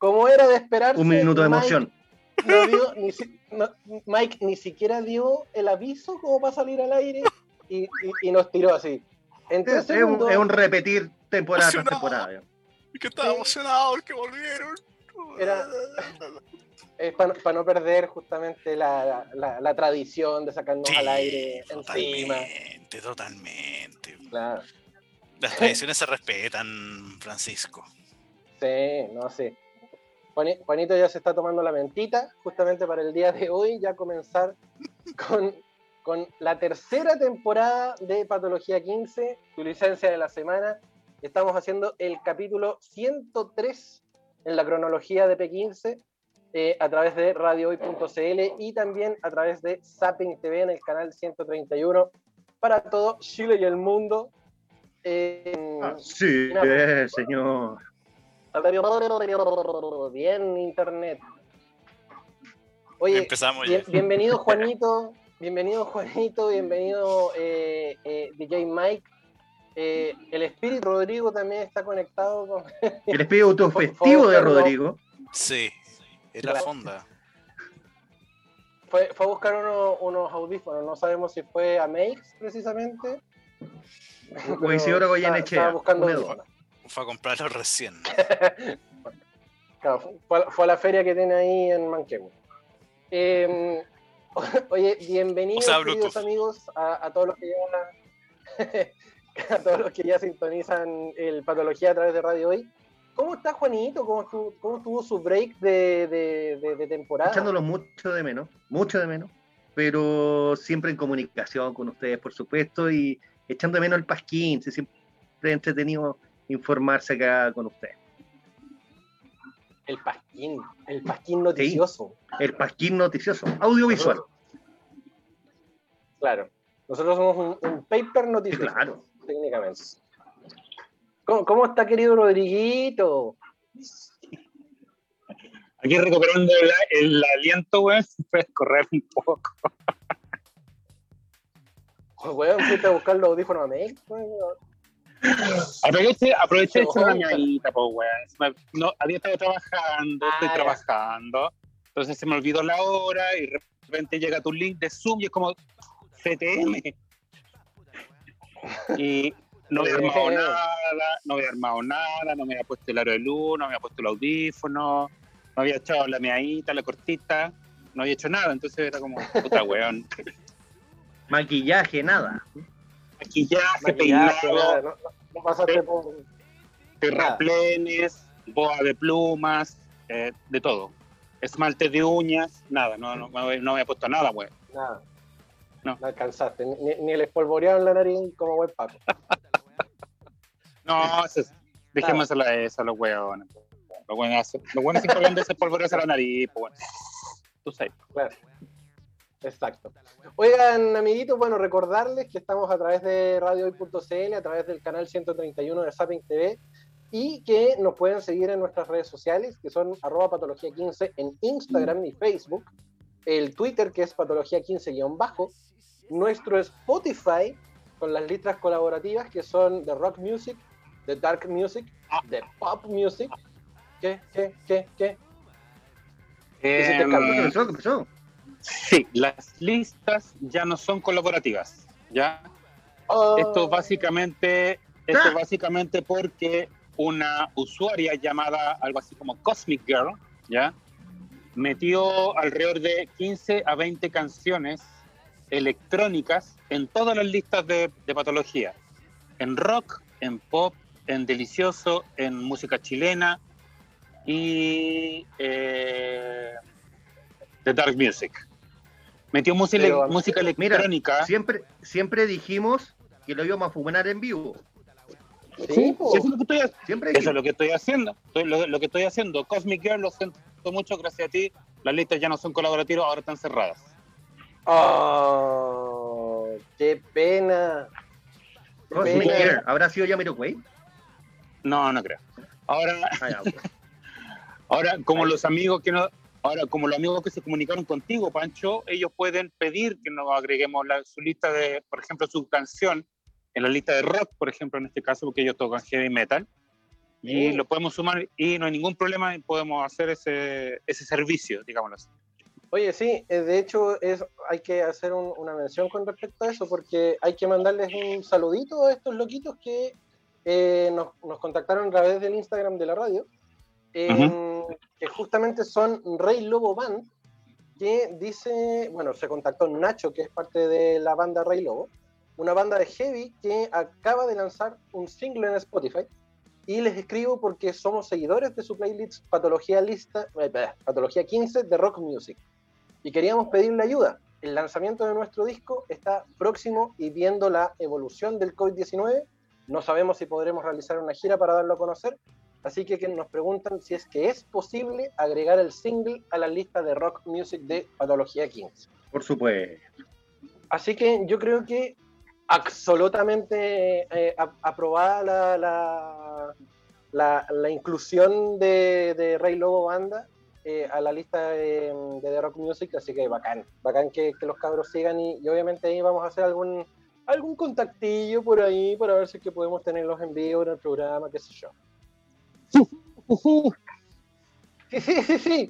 como era de esperarse, un minuto de Mike emoción. Mike ni siquiera dio el aviso como para salir al aire y nos tiró así. En 3 segundos. Es un repetir temporada tras temporada. Y que estaba emocionado porque volvieron. Era para no perder justamente la tradición de sacarnos al aire encima. Totalmente. Claro. Las tradiciones se respetan, Francisco. Sí, no sé. Juanito ya se está tomando la mentita justamente para el día de hoy, ya comenzar con la tercera temporada de Patología 15, tu licencia de la semana. Estamos haciendo el capítulo 103 en la cronología de P15 a través de radiohoy.cl y también a través de Zapping TV en el canal 131 para todo Chile y el mundo. Sí, señor. Bien, internet. Oye, empezamos bienvenido Juanito, bienvenido DJ Mike. El espíritu Rodrigo también está conectado con el espíritu festivo de Rodrigo. Sí, es la fonda. Fue a buscar unos audífonos, no sabemos si fue a Makes precisamente. O Isidoro Goyenechea. Fue a comprarlo recién. Claro, fue a la feria que tiene ahí en Manquehue. Oye, bienvenidos, queridos amigos, a todos los que ya a todos los que ya sintonizan el Patología a través de Radio Hoy. ¿Cómo está Juanito? ¿Cómo estuvo su break de temporada? Echándolo mucho de menos, pero siempre en comunicación con ustedes, por supuesto, y echando de menos el Pasquín, siempre es entretenido informarse acá con ustedes. El Pasquín noticioso. Sí, el Pasquín noticioso, audiovisual. Claro, nosotros somos un paper noticioso, claro. Técnicamente. ¿Cómo está, querido Rodriguito? Aquí recuperando el aliento, weón, puedes correr un poco. Weón, fuiste a buscar los audífonos a México, weón. Aproveché de echar una miadita, pues, weón. No, había estado trabajando, estoy trabajando. Entonces se me olvidó la hora y de repente llega tu link de Zoom y es como CTM. Y no había armado nada, no me había puesto el aro de luz, no me había puesto el audífono, no había echado la meadita, la cortita, no había hecho nada, entonces era como, puta weón. Maquillaje, nada. Maquillaje, peinado, no pasaste por terraplenes, boa de plumas, de todo. Esmalte de uñas, nada, no había puesto nada, weón. Nada. No alcanzaste, ni el espolvoreado en la nariz como buen pato. No, dejémoselo a eso, los weones. Los buenos siempre hablan de ese espolvorearse a la nariz, pues bueno. Tú sabes. Claro. Exacto. Oigan, amiguitos, bueno, recordarles que estamos a través de radiohoy.cl, a través del canal 131 de Zapping TV, y que nos pueden seguir en nuestras redes sociales, que son @patología15 en Instagram y Facebook, el Twitter, que es patología15-, nuestro Spotify, con las listas colaborativas, que son de rock music, de dark music, de pop music. ¿Qué? ¿Qué pasó? Sí, las listas ya no son colaborativas, ¿ya? Esto básicamente porque una usuaria llamada algo así como Cosmic Girl, ¿ya? Metió alrededor de 15 a 20 canciones electrónicas en todas las listas de patología. En rock, en pop, en delicioso, en música chilena y de dark music. Metió música electrónica. Mira, siempre dijimos que lo íbamos a fumigar en vivo. Sí, eso es lo que estoy haciendo. Eso es lo que estoy haciendo. Lo que estoy haciendo. Cosmic Girl, lo siento mucho, gracias a ti. Las listas ya no son colaborativas, ahora están cerradas. ¡Oh! ¡Qué pena! Cosmic Girl, ¿habrá sido Jamiroquai? No creo. Ahora, como los amigos que se comunicaron contigo, Pancho, ellos pueden pedir que nos agreguemos su lista de, por ejemplo, su canción en la lista de rock, por ejemplo, en este caso, porque ellos tocan heavy metal, Y lo podemos sumar y no hay ningún problema, y podemos hacer ese servicio, digámoslo así. Oye, sí, de hecho hay que hacer una mención con respecto a eso, porque hay que mandarles un saludito a estos loquitos que nos contactaron a través del Instagram de la radio, que justamente son Rey Lobo Band, que dice, bueno, se contactó Nacho, que es parte de la banda Rey Lobo, una banda de heavy que acaba de lanzar un single en Spotify, y les escribo porque somos seguidores de su playlist Patología 15 de Rock Music. Y queríamos pedirle ayuda. El lanzamiento de nuestro disco está próximo y viendo la evolución del COVID-19, no sabemos si podremos realizar una gira para darlo a conocer, así que nos preguntan si es que es posible agregar el single a la lista de Rock Music de Patología 15. Por supuesto. Así que yo creo que absolutamente aprobada la inclusión de Rey Lobo Banda a la lista de Rock Music, así que bacán que los cabros sigan y obviamente ahí vamos a hacer algún contactillo por ahí para ver si es que podemos tenerlos en vivo en el programa, qué sé yo. Sí.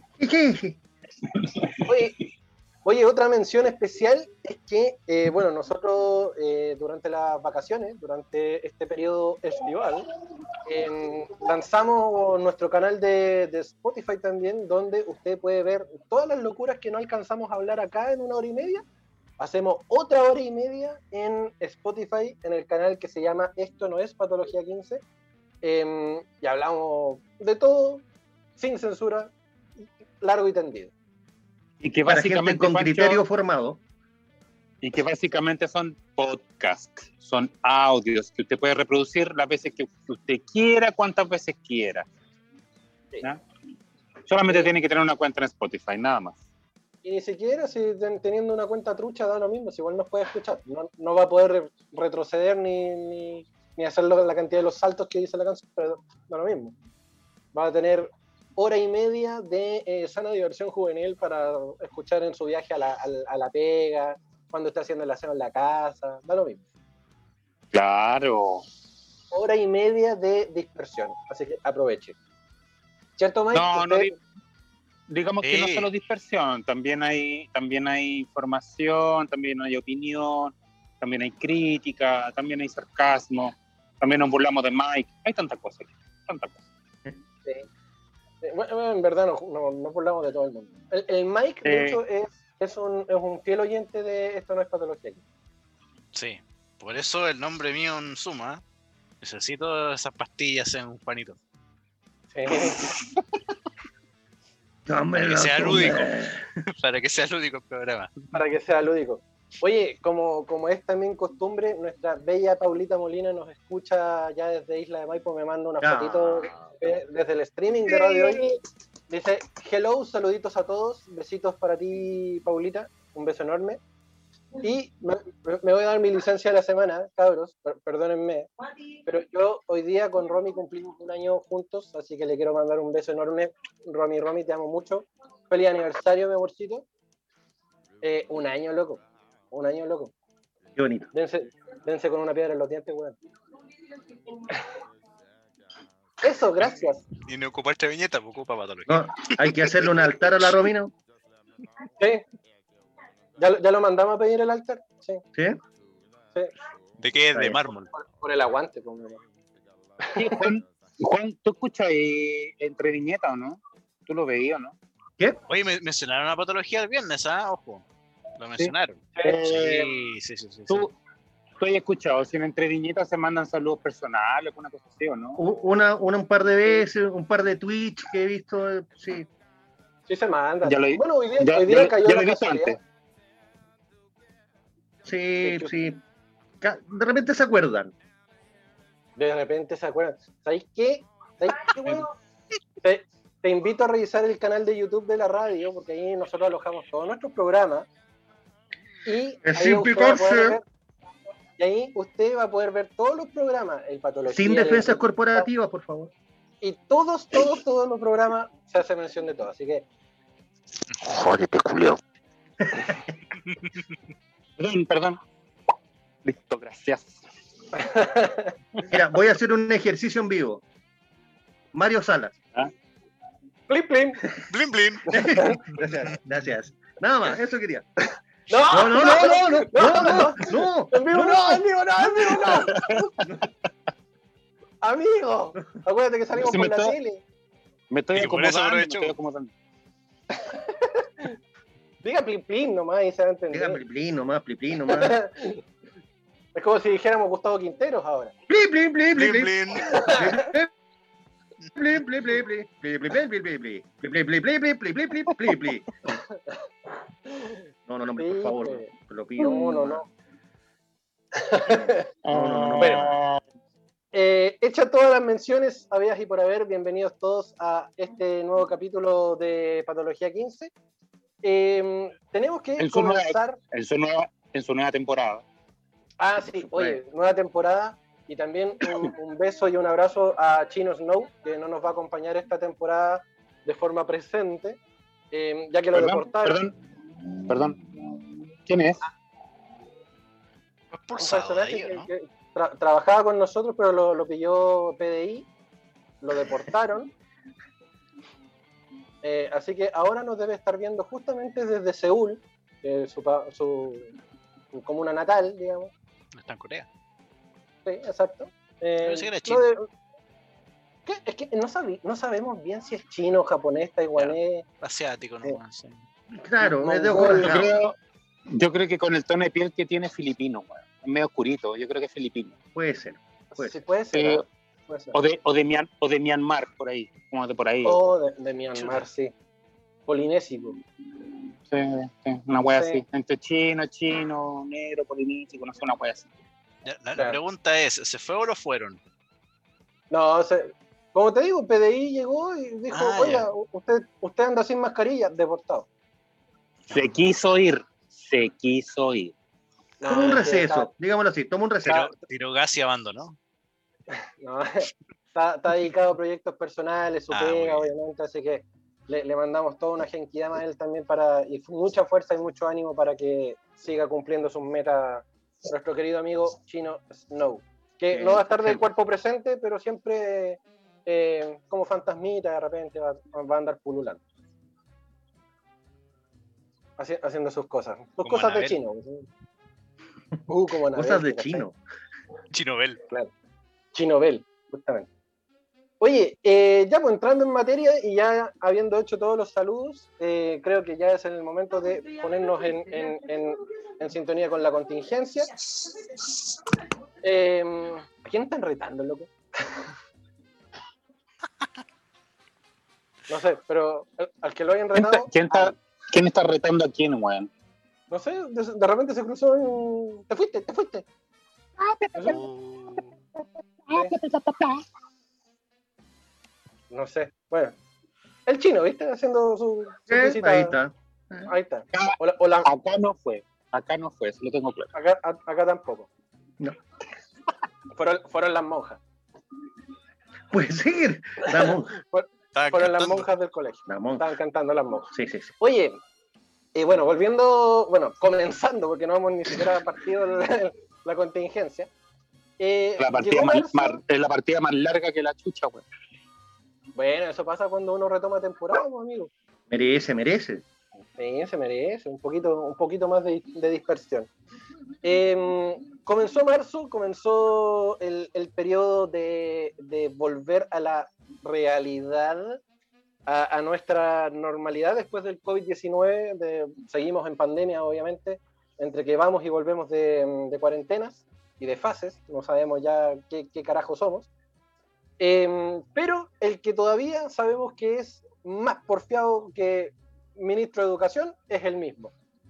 Oye, otra mención especial es que, bueno, nosotros durante las vacaciones, durante este periodo estival, lanzamos nuestro canal de Spotify también, donde usted puede ver todas las locuras que no alcanzamos a hablar acá en 1 hora y media. Hacemos otra 1 hora y media en Spotify, en el canal que se llama Esto No Es Patología 15, y hablamos de todo, sin censura, largo y tendido. Y que Para básicamente, gente con Pancho, criterio formado. y que básicamente son podcasts, son audios que usted puede reproducir las veces que usted quiera, cuantas veces quiera. ¿Ya? Solamente tiene que tener una cuenta en Spotify, nada más. Y ni siquiera si teniendo una cuenta trucha da lo mismo, si igual nos puede escuchar. No va a poder retroceder ni hacer la cantidad de los saltos que dice la canción, pero da lo mismo. Va a tener 1 hora y media de sana diversión juvenil para escuchar en su viaje a la pega, cuando está haciendo el aseo en la casa, da lo mismo. Claro. 1 hora y media de dispersión, así que aproveche. ¿Cierto, Mike? Digamos que no solo dispersión, también hay información, también hay opinión, también hay crítica, también hay sarcasmo, también nos burlamos de Mike, hay tantas cosas. Sí. Bueno, en verdad no burlamos de todo el mundo. El Mike, de hecho, es un fiel oyente de Esto No Es Patología. Sí, por eso el nombre mío en suma. Necesito esas pastillas en un panito. Sí. Para que sea lúdico. Para que sea lúdico el programa. Para que sea lúdico. Oye, como es también costumbre, nuestra bella Paulita Molina nos escucha ya desde Isla de Maipo, me manda una fotito desde el streaming de Radio Hoy. Dice, hello, saluditos a todos, besitos para ti, Paulita, un beso enorme. Y me voy a dar mi licencia de la semana, cabros, perdónenme, pero yo hoy día con Romy cumplimos 1 año juntos, así que le quiero mandar un beso enorme. Romy, te amo mucho. Feliz aniversario, mi amorcito. 1 año, loco. 1 año, loco. Qué bonito. Dense con una piedra en los dientes, weón. Eso, gracias. Y no ocupaste viñeta, pues ocupa patología. No, hay que hacerle un altar a la Romina. Sí. ¿Ya lo mandamos a pedir el altar? Sí. ¿Sí? Sí. ¿De qué es? De mármol. Por el aguante, pues. Sí, Juan, ¿tú escuchas Entre Viñetas o no? ¿Tú lo veías o no? ¿Qué? Oye, mencionaron la patología el viernes, ¿ah? Ojo. Lo mencionaron. Sí. ¿Tú has escuchado si en Entre Viñetas se mandan saludos personales, alguna cosa así o no? Un par de veces, un par de tweets que he visto, sí. Sí se manda. Bueno, hoy día cayó la casualidad. Sí. De repente se acuerdan. ¿Sabéis qué? Bueno, te invito a revisar el canal de YouTube de la radio, porque ahí nosotros alojamos todos nuestros programas. Y ahí usted va a poder ver todos los programas, el Patología. Sin defensas corporativas, por favor. Y todos los programas se hace mención de todo, así que... Jódete, Julio. Perdón. Listo, gracias. Mira, voy a hacer un ejercicio en vivo. Mario Salas. ¿Ah? Plim, plim. Blin, blin. Gracias. Nada más, eso quería. No, No. En vivo no. Amigo, acuérdate que salimos Sí, por la tele. Me estoy Y por eso acomodando, aprovecho. Diga plim plim nomás y se va a entender. Diga pliplín nomás. Es como si dijéramos Gustavo Quinteros ahora. Blin. Blin, blin. No, por favor, te lo pido. No. No. Bueno. Hecha todas las menciones habidas y por haber, bienvenidos todos a este nuevo capítulo de Patología 15. Tenemos que comenzar en su nueva temporada. Ah, sí, oye, nueva temporada y también un beso y un abrazo a Chino Snow, que no nos va a acompañar esta temporada de forma presente, ya que lo deportaron. Perdón. ¿Quién es? Un personaje que trabajaba con nosotros, pero lo pilló PDI, lo deportaron. Así que ahora nos debe estar viendo justamente desde Seúl, su comuna natal, digamos. Está en Corea. Sí, exacto. Pero sí que era chino. Es que no sabemos bien si es chino, japonés, taiwanés. Asiático nomás. Sí. Claro, es de ojos rasgados. Yo creo que con el tono de piel que tiene filipino, güey. Es medio oscurito, yo creo que es filipino. Puede ser. Sí, puede ser. O de Myanmar, por ahí. Como de por ahí. De Myanmar, sí. Polinésico. Sí, una wea Sí. así. Entre chino, negro, polinésico, no sé, una wea así. La pregunta es, ¿se fue o lo fueron? No, como te digo, PDI llegó y dijo, oiga, usted anda sin mascarilla, deportado. Se quiso ir. Toma un receso, digámoslo así, toma un receso. Tiró gas y abandonó. No, está dedicado a proyectos personales, su pega, obviamente, así que le mandamos toda una genkidama a él también y mucha fuerza y mucho ánimo para que siga cumpliendo sus metas nuestro querido amigo Chino Snow, que no va a estar del cuerpo presente, pero siempre como fantasmita de repente va a andar pululando. Haciendo sus cosas. Sus cosas Anabel. De chino. Como Anabel, cosas de chino. Chinobel. Claro. Chinobel, justamente. Oye, ya pues entrando en materia y ya habiendo hecho todos los saludos, creo que ya es el momento de ponernos en sintonía con la contingencia. ¿A quién están retando, loco? No sé, pero al que lo hayan retado... ¿Quién está retando a quién, weón? No sé, de repente se cruzó en... ¡Te fuiste! No sé, bueno. El chino, ¿viste? Haciendo su visita. Ahí está. Acá no fue, eso lo tengo claro. Acá tampoco. No. Fueron las monjas. Puede ser, las monjas. Fueron las monjas del colegio. Estaban cantando las monjas. Sí. Oye, comenzando, porque no hemos ni siquiera partido la contingencia. La partida más larga que la chucha, güey. Bueno, eso pasa cuando uno retoma temporada, amigo. Merece. Sí, se merece, un poquito más de dispersión. Comenzó marzo, comenzó el periodo de volver a la realidad, a nuestra normalidad después del COVID-19. Seguimos en pandemia, obviamente, entre que vamos y volvemos de cuarentenas y de fases, no sabemos ya qué carajo somos. Pero el que todavía sabemos que es más porfiado que ministro de Educación es el mismo.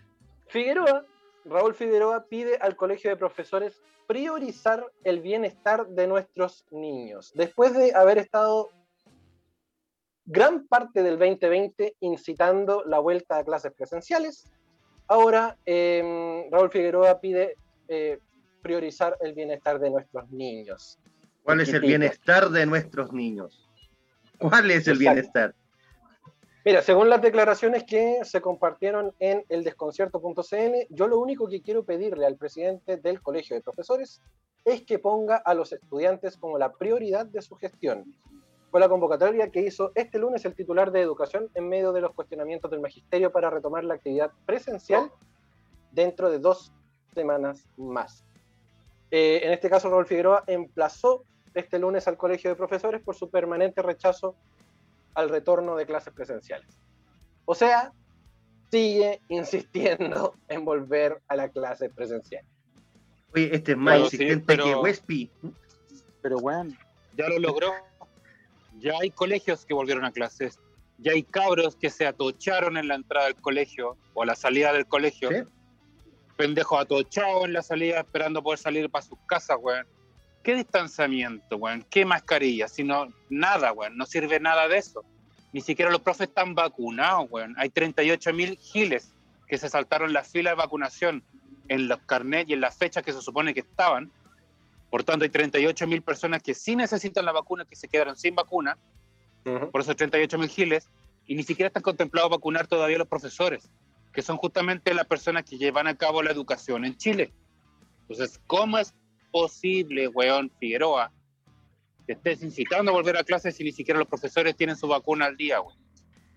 Raúl Figueroa pide al Colegio de Profesores priorizar el bienestar de nuestros niños. Después de haber estado gran parte del 2020 incitando la vuelta a clases presenciales, ahora Raúl Figueroa pide priorizar el bienestar de nuestros niños. ¿Cuál es el bienestar de nuestros niños? ¿Cuál es el bienestar? Mira, según las declaraciones que se compartieron en eldesconcierto.cn, yo lo único que quiero pedirle al presidente del Colegio de Profesores es que ponga a los estudiantes como la prioridad de su gestión. fue la convocatoria que hizo este lunes el titular de Educación en medio de los cuestionamientos del magisterio para retomar la actividad presencial dentro de 2 semanas más. En este caso, Raúl Figueroa emplazó este lunes al Colegio de Profesores por su permanente rechazo al retorno de clases presenciales. O sea, sigue insistiendo en volver a la clase presencial. Oye, este es más insistente que Wespi. Pero bueno, ya lo logró. Ya hay colegios que volvieron a clases. Ya hay cabros que se atocharon en la entrada del colegio o a la salida del colegio. ¿Sí? Pendejos atochados en la salida esperando poder salir para sus casas, weón. ¿Qué distanciamiento, weón? ¿Qué mascarilla? Sino nada, weón. No sirve nada de eso. Ni siquiera los profes están vacunados, weón. Hay 38.000 giles que se saltaron la fila de vacunación en los carnets y en las fechas que se supone que estaban. Por tanto, hay 38.000 personas que sí necesitan la vacuna, que se quedaron sin vacuna. Por esos 38.000 giles. Y ni siquiera están contemplados vacunar todavía los profesores, que son justamente las personas que llevan a cabo la educación en Chile. Entonces, ¿cómo es posible, weón, Figueroa, que estés incitando a volver a clases si ni siquiera los profesores tienen su vacuna al día, weón?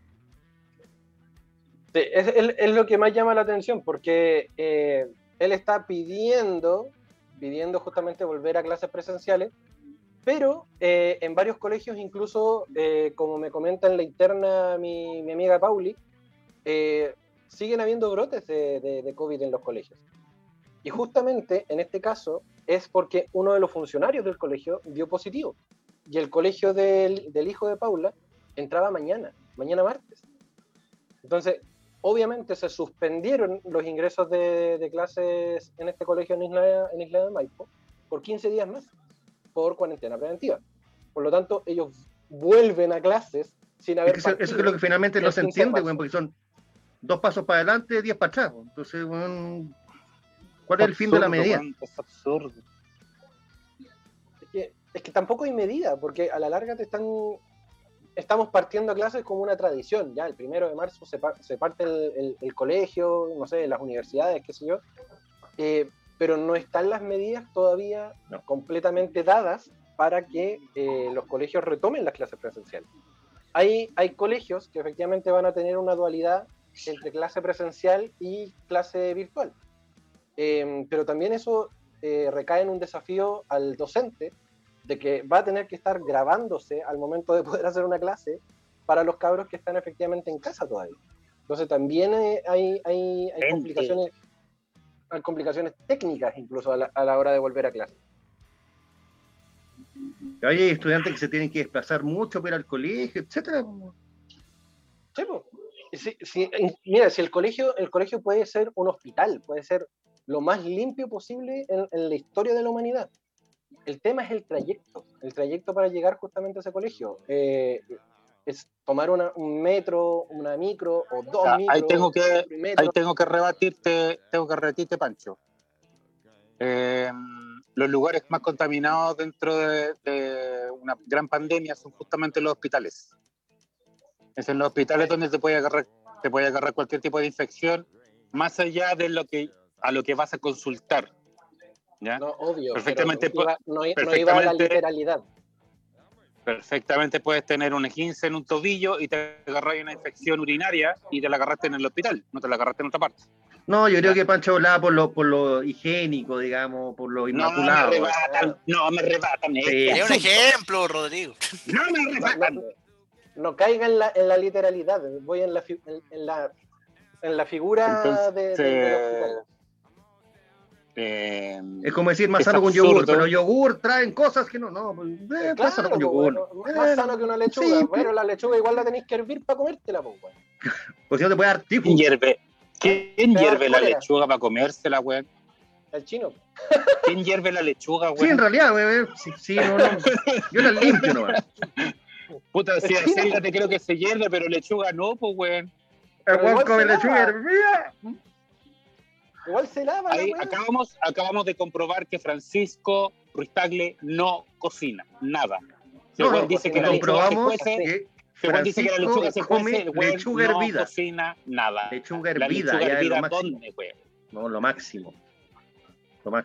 Sí, es lo que más llama la atención, porque él está pidiendo justamente volver a clases presenciales, pero en varios colegios, incluso, como me comenta en la interna mi amiga Pauli, siguen habiendo brotes de COVID en los colegios. Y justamente en este caso es porque uno de los funcionarios del colegio dio positivo. Y el colegio del hijo de Paula entraba mañana martes. Entonces, obviamente se suspendieron los ingresos de clases en este colegio en Isla de Maipo por 15 días más, por cuarentena preventiva. Por lo tanto, ellos vuelven a clases sin haber partido. Eso es lo que finalmente no se entiende, bueno, porque son 2 pasos para adelante, 10 para atrás. Entonces, bueno, ¿cuál es el fin de la medida? Es absurdo. Es que tampoco hay medida, porque a la larga estamos partiendo a clases como una tradición. Ya el 1 de marzo se parte el colegio, no sé, las universidades, qué sé yo, pero no están las medidas todavía completamente dadas para que los colegios retomen las clases presenciales. Hay colegios que efectivamente van a tener una dualidad entre clase presencial y clase virtual, pero también eso recae en un desafío al docente, de que va a tener que estar grabándose al momento de poder hacer una clase para los cabros que están efectivamente en casa todavía. Entonces también hay complicaciones técnicas incluso a la hora de volver a clase. Hay estudiantes que se tienen que desplazar mucho para ir al colegio, etcétera. Sí, mira, si el colegio puede ser un hospital, puede ser lo más limpio posible en la historia de la humanidad. El tema es el trayecto para llegar justamente a ese colegio. Es tomar un metro, una micro o 2 micros. Ahí tengo que rebatirte, Pancho. Los lugares más contaminados dentro de una gran pandemia son justamente los hospitales. Es en los hospitales donde te puede agarrar cualquier tipo de infección, más allá de a lo que vas a consultar. ¿Ya? No, obvio, perfectamente, no iba a la literalidad. Perfectamente puedes tener un esguince en un tobillo y te agarras una infección urinaria y te la agarraste en el hospital, no te la agarraste en otra parte. No, yo creo que Pancho hablaba por lo higiénico, digamos, por lo inmaculado. No me rebatan. Sí. Es un ejemplo, Rodrigo. No me rebatan. No caiga en la literalidad, voy en la figura. Entonces, del hospital. Es como decir más sano con yogur, pero yogur traen cosas que no, claro, sano con yogur. Más sano que una lechuga. Sí, bueno, la lechuga igual la tenéis que hervir para comértela, pues. Pues si no te puede dar tifus. ¿Quién hierve la lechuga para comérsela, güey? El chino. ¿Quién hierve la lechuga, güey? Sí, en realidad, güey. Sí, no. Yo la limpio, ¿no? Puta, si acelga te creo que se hierve, pero lechuga no, pues, güey. El Juan come lechuga hervida. Igual se lava. Ahí acabamos de comprobar que Francisco Ruiz Tagle no cocina nada. No, dice que la lechuga se cuece. Dice que la lechuga se cuece, el güey no cocina nada. Lechuga hervida. La lechuga hervida, ¿dónde, güey? No, lo máximo.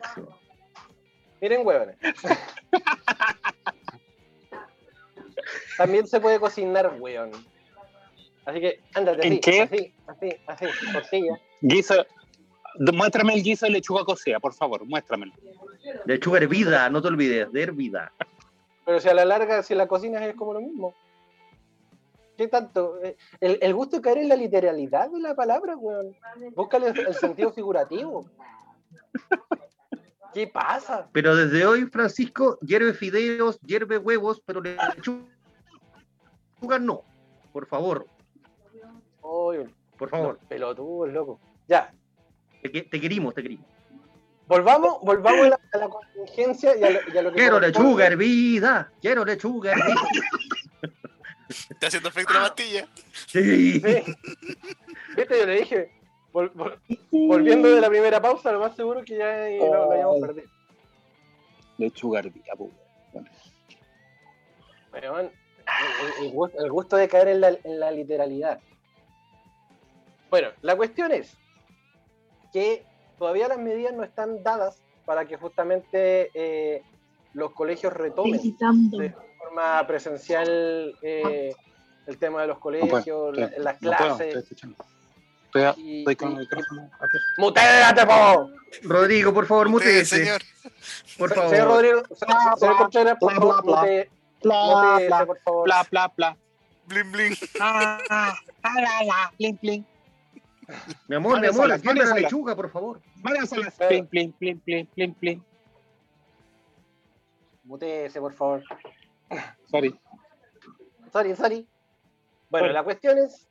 Miren, huevones. también se puede cocinar, weón. Así que, ándate ¿En así, qué? así, tortilla. Guiso, muéstrame el guiso de lechuga cocida, por favor, muéstramelo. Lechuga hervida, no te olvides, de hervida. Pero si a la larga, si la cocinas es como lo mismo. ¿Qué tanto? El gusto de caer en la literalidad de la palabra, weón. Búscale el sentido figurativo. ¿Qué pasa? Pero desde hoy, Francisco, hierve fideos, hierve huevos, pero lechuga no. Por favor, Oye, por favor. pelotudo, loco. Ya, Te querimos. volvamos a la contingencia y a lo que Quiero corresponde. lechuga hervida, quiero lechuga hervida. ¿Está haciendo efecto la pastilla? Sí. Sí. Viste, yo le dije, volviendo de la primera pausa, lo más seguro es que ya lo hayamos perdido. Lechuga hervida, Pero, man, el gusto de caer en la literalidad. Bueno, la cuestión es que todavía las medidas no están dadas para que justamente los colegios retomen de forma presencial el tema de los colegios, las clases. Estoy con el micrófono. ¡Mutéate, po! Rodrigo, por favor, Usted, mutéese. señor. Por Señor favor. Rodrigo, señor Contreras, por favor, mutéese, por favor. Bla, bla, bla. Bling, bling. Bling, bling. Mi amor, Mándasela, atienda la mándasela. lechuga, por favor. Mándaselas. Bling, bling, bling, bling, bling, bling. Mutéese, por favor. Sorry. Sorry. Bueno, la cuestión es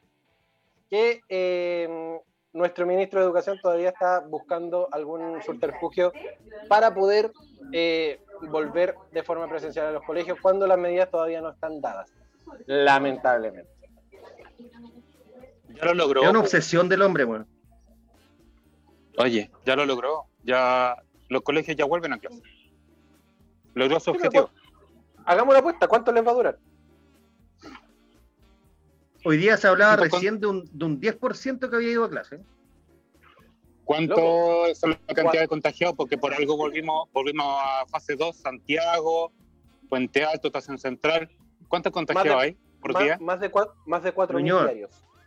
que nuestro ministro de Educación todavía está buscando algún subterfugio para poder volver de forma presencial a los colegios cuando las medidas todavía no están dadas. Lamentablemente. Ya lo logró. Es una obsesión del hombre, bueno. Oye, ya lo logró. Ya los colegios ya vuelven a clase. Logró su objetivo. Hagamos la apuesta, ¿cuánto les va a durar? Hoy día se hablaba Junto con- recién de un 10% que había ido a clase. ¿Cuánto es la cantidad de contagiados? Porque por algo volvimos a fase 2, Santiago, Puente Alto, Estación Central. ¿Cuántos contagiados hay por día? Más de 4.000 Señor. diarios.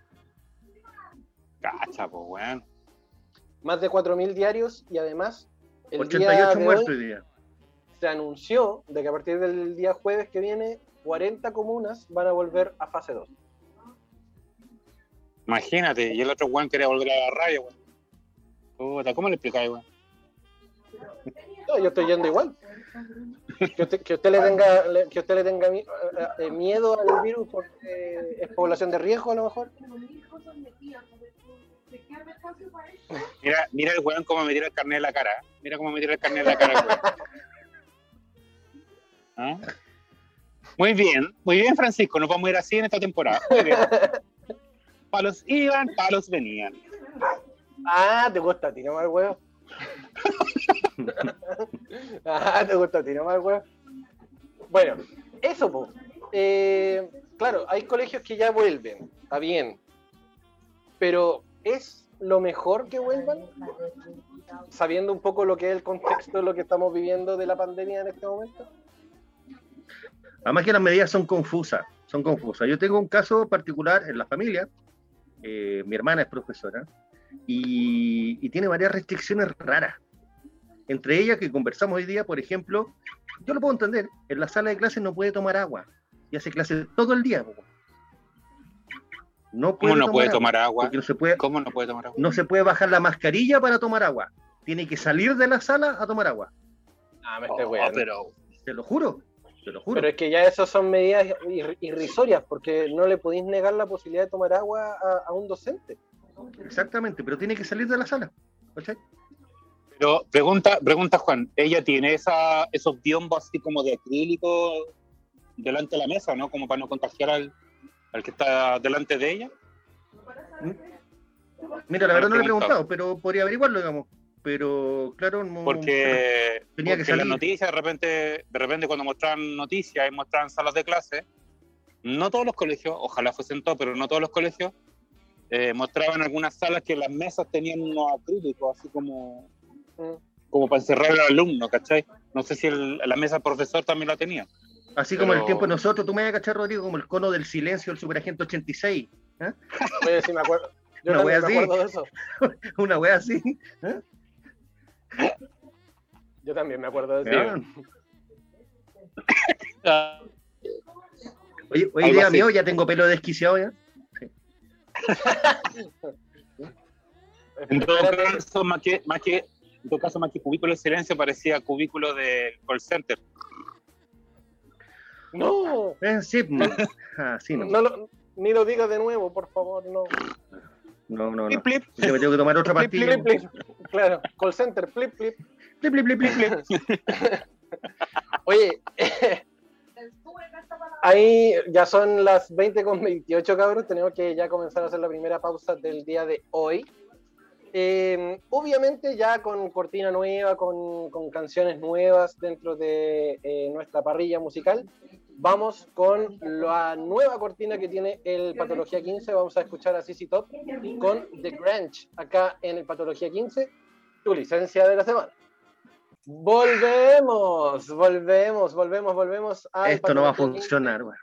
Cacha, pues, weón. Más de 4.000 diarios y además el 88 día de muertos hoy hoy día. se anunció de que a partir del día jueves que viene 40 comunas van a volver a fase 2. Imagínate, y el otro weón quería volver a la radio, weón. Puta, ¿cómo le explicáis, weón? No, yo estoy yendo igual. Que usted le tenga miedo al virus porque es población de riesgo a lo mejor. Mira el weón cómo me tira el carnet en la cara. Mira cómo me tira el carnet en la cara, el weón. ¿Ah? Muy bien, Francisco. Nos vamos a ir así en esta temporada. Muy bien. Palos iban, palos venían. Ah, te gusta a ti nomás el huevo. Te gusta a ti nomás el huevo. Bueno, eso, pues. Claro, hay colegios que ya vuelven, está bien. Pero ¿es lo mejor que vuelvan? Sabiendo un poco lo que es el contexto de lo que estamos viviendo de la pandemia en este momento. Además que las medidas son confusas. Yo tengo un caso particular en la familia. Mi hermana es profesora y tiene varias restricciones raras. Entre ellas que conversamos hoy día, por ejemplo, yo lo puedo entender, en la sala de clases no puede tomar agua y hace clases todo el día. ¿Cómo no puede tomar agua? Porque no se puede, ¿Cómo no puede tomar agua? no se puede bajar la mascarilla para tomar agua. Tiene que salir de la sala a tomar agua. Ah, me estoy weando. Pero Te lo juro. Pero es que ya esas son medidas irrisorias, porque no le podéis negar la posibilidad de tomar agua a un docente. Exactamente, pero tiene que salir de la sala. ¿Cachai? Pero pregunta Juan, ¿ella tiene esos biombos así como de acrílico delante de la mesa, ¿no? Como para no contagiar al que está delante de ella. Mira, la verdad no le he preguntado, pero podría averiguarlo, digamos. Pero claro, no, porque tenía que salir. las noticias de repente cuando mostraban noticias y mostraban salas de clase, no todos los colegios, ojalá fuesen todos, pero no todos los colegios, mostraban algunas salas que las mesas tenían unos acrílicos, así como para encerrar al alumno, ¿cachai? No sé si la mesa del profesor también la tenía. Así como en el tiempo de nosotros, tú me vas a cachar, Rodrigo, como el cono del silencio del Superagente 86. ¿Eh? Oye, sí me acuerdo. Yo Una wea también me así. acuerdo de eso. Una wea así. ¿Eh? Yo también me acuerdo de eso. ¿Ya? Oye, Algo diga así. mío, ya tengo pelo desquiciado ya. En todo Espérate. caso, más que cubículo de silencio, parecía cubículo de call center. No, Sí, sí, no. ni lo digas de nuevo, por favor, no. No. Plip, plip. Yo me tengo que tomar otra Flip, pastilla. flip, flip. Claro, call center, flip, flip. Plip, plip, plip, plip, plip. Oye, ahí ya son las 20:28, cabros. Tenemos que ya comenzar a hacer la primera pausa del día de hoy. Obviamente ya con cortina nueva, con canciones nuevas dentro de nuestra parrilla musical. Vamos con la nueva cortina que tiene el Patología 15. Vamos a escuchar a CC Top con The Grunge acá en el Patología 15, tu licencia de la semana. Volvemos al Esto no va a Patología 15. funcionar, güey.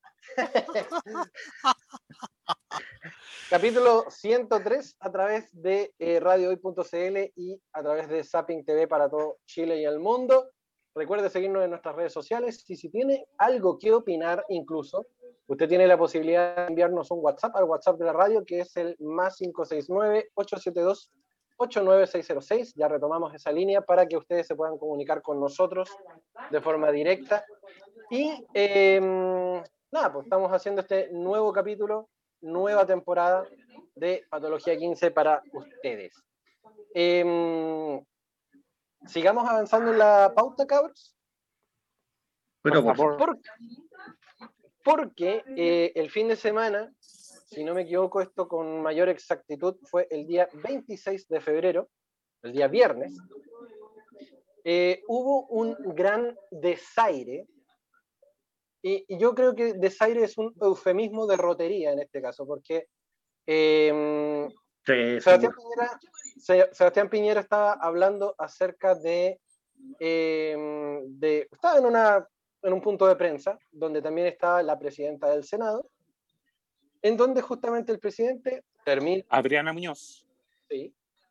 Capítulo 103 a través de radiohoy.cl y a través de Zapping TV para todo Chile y el mundo. Recuerde seguirnos en nuestras redes sociales y si tiene algo que opinar incluso, usted tiene la posibilidad de enviarnos un WhatsApp al WhatsApp de la radio, que es el más 569-872-89606. Ya retomamos esa línea para que ustedes se puedan comunicar con nosotros de forma directa. Y nada, pues estamos haciendo este nuevo capítulo, nueva temporada de Patología 15 para ustedes. Sigamos avanzando en la pauta, cabros. Pero Por favor. Porque el fin de semana, si no me equivoco, esto con mayor exactitud fue el día 26 de febrero, el día viernes, hubo un gran desaire. Y yo creo que desaire es un eufemismo de rotería en este caso, porque sí, Sebastián Piñera estaba hablando acerca de estaba en un punto de prensa, donde también estaba la presidenta del Senado, en donde justamente el presidente Adriana Muñoz. Sí.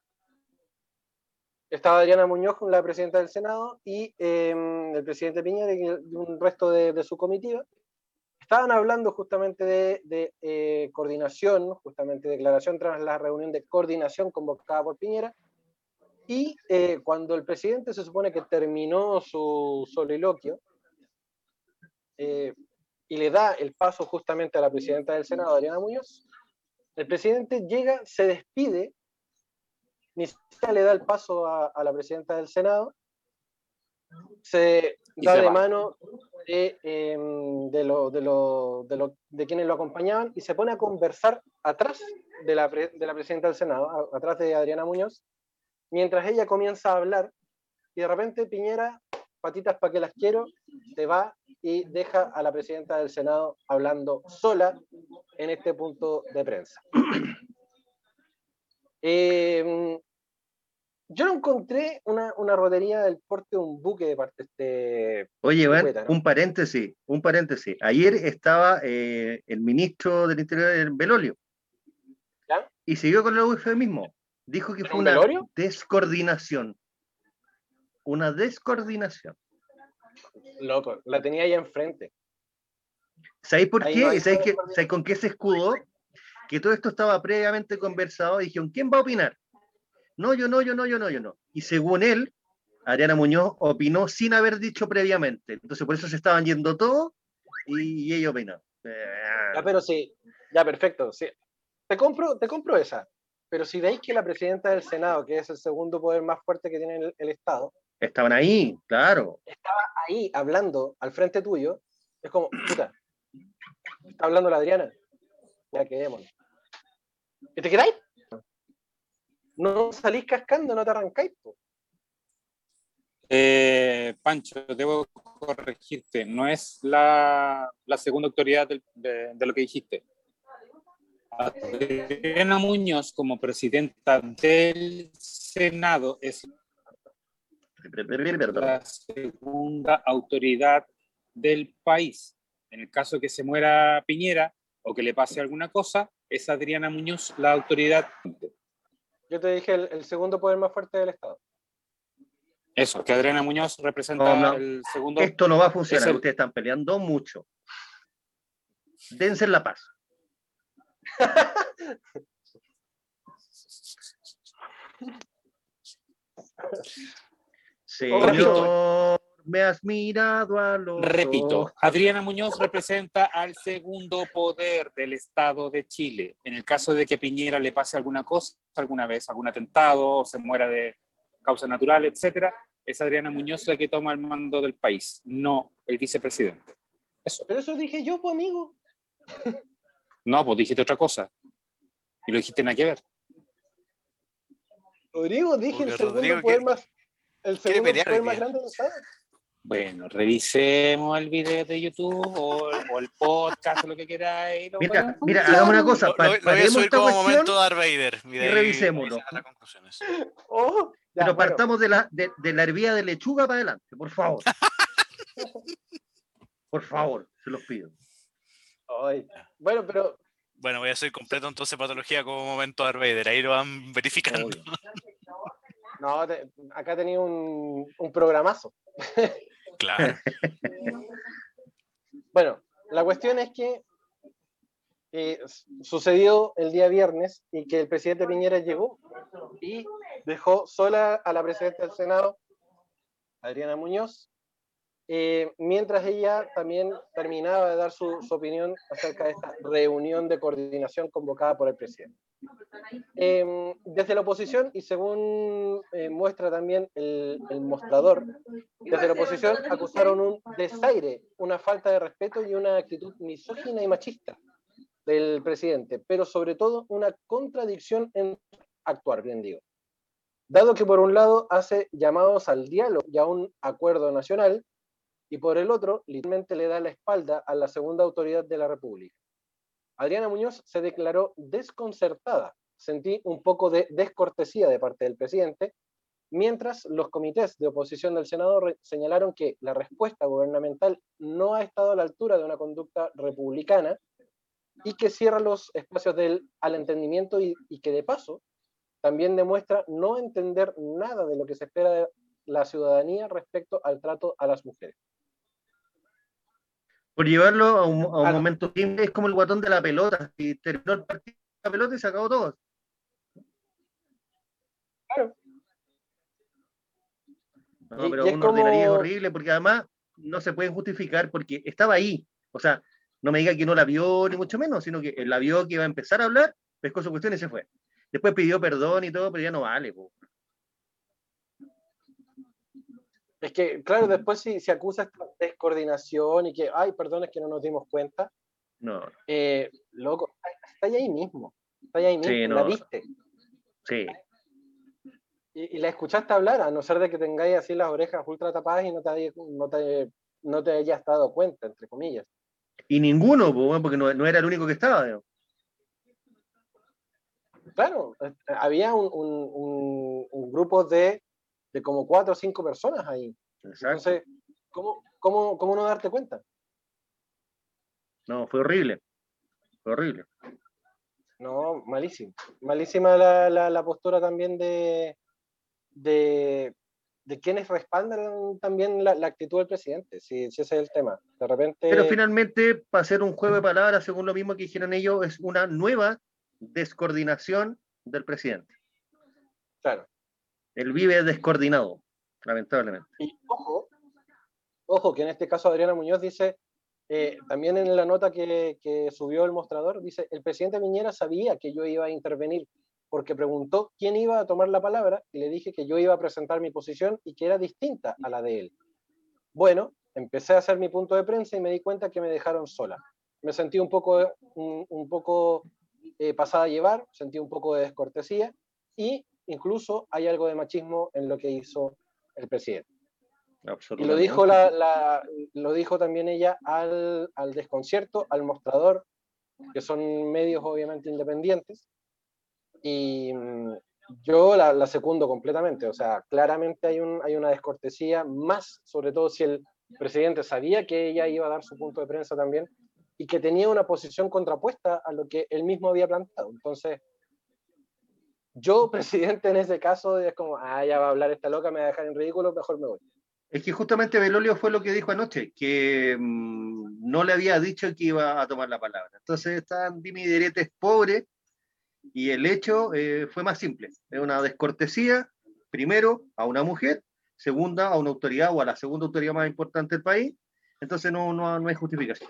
Estaba Adriana Muñoz, la presidenta del Senado, y el presidente Piñera y un resto de su comitiva. Estaban hablando justamente de coordinación, justamente declaración tras la reunión de coordinación convocada por Piñera. Y cuando el presidente se supone que terminó su soliloquio y le da el paso justamente a la presidenta del Senado, Adriana Muñoz, el presidente llega, se despide, ni siquiera le da el paso a la presidenta del Senado, se da de mano de quienes lo acompañaban y se pone a conversar atrás de la presidenta del Senado, atrás de Adriana Muñoz, mientras ella comienza a hablar y de repente Piñera, patitas para que las quiero, se va y deja a la presidenta del Senado hablando sola en este punto de prensa. Yo no encontré una rotería del porte de un buque de parte de este... Oye, Iván, poeta, ¿no? un paréntesis. Ayer estaba el ministro del Interior, el Belolio, ¿Ya? y siguió con el eufemismo. Dijo que fue un una velorio? descoordinación. Una descoordinación. Loco, la tenía ahí enfrente. ¿Sabéis por Ahí qué? no hay ¿Sabéis con qué se escudó? Que todo esto estaba previamente conversado y dijeron, ¿quién va a opinar? No, yo no. Y según él, Adriana Muñoz opinó sin haber dicho previamente. Entonces por eso se estaban yendo todos y ella opinó. Ya, pero sí, ya perfecto. Sí. Te compro esa. Pero si veis que la presidenta del Senado, que es el segundo poder más fuerte que tiene el Estado, estaban ahí, claro. estaba ahí hablando al frente tuyo, es como, puta, está hablando la Adriana. Ya quedémonos. ¿Y te quedáis? No salís cascando, no te arrancáis, po. Pancho, debo corregirte. No es la segunda autoridad de lo que dijiste. Adriana Muñoz, como presidenta del Senado, es la segunda autoridad del país. En el caso que se muera Piñera o que le pase alguna cosa, es Adriana Muñoz la autoridad. Yo te dije el segundo poder más fuerte del Estado. Eso, que Adriana Muñoz representa No. el segundo. Esto no va a funcionar, ustedes están peleando mucho. Dense en la paz. Señor, me has mirado a los Repito, ojos. Adriana Muñoz representa al segundo poder del Estado de Chile. En el caso de que Piñera le pase alguna cosa, alguna vez, algún atentado, o se muera de causa natural, etcétera, es Adriana Muñoz la que toma el mando del país, no el vicepresidente. Eso. Pero eso dije yo, pues, amigo. No, pues dijiste otra cosa. Y lo dijiste nada que ver. Rodrigo, dije Porque el segundo Rodrigo poder quiere- más... El quiere segundo pelear poder hoy más día. grande del Estado. Bueno, revisemos el video de YouTube o el podcast o lo que queráis. Mira, hagamos una cosa. Lo voy a Paremos subir esta como cuestión, momento Darth Vader. Y, y revisémoslo. a las conclusiones. Oh, ya, pero bueno. partamos de la hervía de lechuga para adelante, por favor. Por favor, se los pido. Ay, bueno, pero Bueno, voy a hacer completo entonces patología como momento Darth Vader. Ahí lo van verificando. Obvio. no, acá tenía un programazo. Claro. Bueno, la cuestión es que sucedió el día viernes y que el presidente Piñera llegó y dejó sola a la presidenta del Senado, Adriana Muñoz, mientras ella también terminaba de dar su opinión acerca de esta reunión de coordinación convocada por el presidente. Desde la oposición, y según muestra también el mostrador, desde la oposición acusaron un desaire, una falta de respeto y una actitud misógina y machista del presidente, pero sobre todo una contradicción en actuar, bien digo. Dado que por un lado hace llamados al diálogo y a un acuerdo nacional, y por el otro, literalmente le da la espalda a la segunda autoridad de la República. Adriana Muñoz se declaró desconcertada. Sentí un poco de descortesía de parte del presidente, mientras los comités de oposición del Senado señalaron que la respuesta gubernamental no ha estado a la altura de una conducta republicana y que cierra los espacios al entendimiento y que de paso también demuestra no entender nada de lo que se espera de la ciudadanía respecto al trato a las mujeres. Por llevarlo a un momento es como el guatón de la pelota. Y terminó el partido de la pelota y se acabó todo. Claro. No, pero una ordinaria es horrible porque además no se pueden justificar porque estaba ahí. O sea, no me diga que no la vio ni mucho menos, sino que la vio que iba a empezar a hablar, pescó su cuestión y se fue. Después pidió perdón y todo, pero ya no vale. Po. Es que, claro, después si acusa esta descoordinación y que, ay, perdón, es que no nos dimos cuenta. No. Loco, está ahí mismo. Está ahí mismo, sí, no. la viste. Sí. Y la escuchaste hablar, a no ser de que tengáis así las orejas ultra tapadas y no te hayas dado cuenta, entre comillas. Y ninguno, porque no era el único que estaba. Digamos. Claro, había un grupo de como 4 o 5 personas ahí. Exacto. Entonces, ¿cómo no darte cuenta? No, fue horrible. Fue horrible. No, malísimo. Malísima la postura también de quienes respaldan también la actitud del presidente, si ese es el tema. De repente... Pero finalmente, para hacer un juego de palabras, según lo mismo que dijeron ellos, es una nueva descoordinación del presidente. Claro. Él vive descoordinado, lamentablemente. Y ojo, que en este caso Adriana Muñoz dice, también en la nota que subió el mostrador, dice, el presidente Piñera sabía que yo iba a intervenir, porque preguntó quién iba a tomar la palabra y le dije que yo iba a presentar mi posición y que era distinta a la de él. Bueno, empecé a hacer mi punto de prensa y me di cuenta que me dejaron sola. Me sentí un poco pasada a llevar, sentí un poco de descortesía y incluso hay algo de machismo en lo que hizo el presidente. Y lo dijo, lo dijo también ella al desconcierto, al mostrador, que son medios obviamente independientes, y yo la secundo completamente. O sea, claramente hay una descortesía, más sobre todo si presidente sabía que ella iba a dar su punto de prensa también y que tenía una posición contrapuesta a lo que él mismo había planteado. Entonces, yo, presidente, en ese caso, es como, ya va a hablar esta loca, me va a dejar en ridículo, mejor me voy. Es que justamente Belolio fue lo que dijo anoche, que no le había dicho que iba a tomar la palabra. Entonces estaban dime y diretes pobres, y el hecho fue más simple. Es una descortesía, primero, a una mujer, segunda, a una autoridad o a la segunda autoridad más importante del país. Entonces no hay justificación.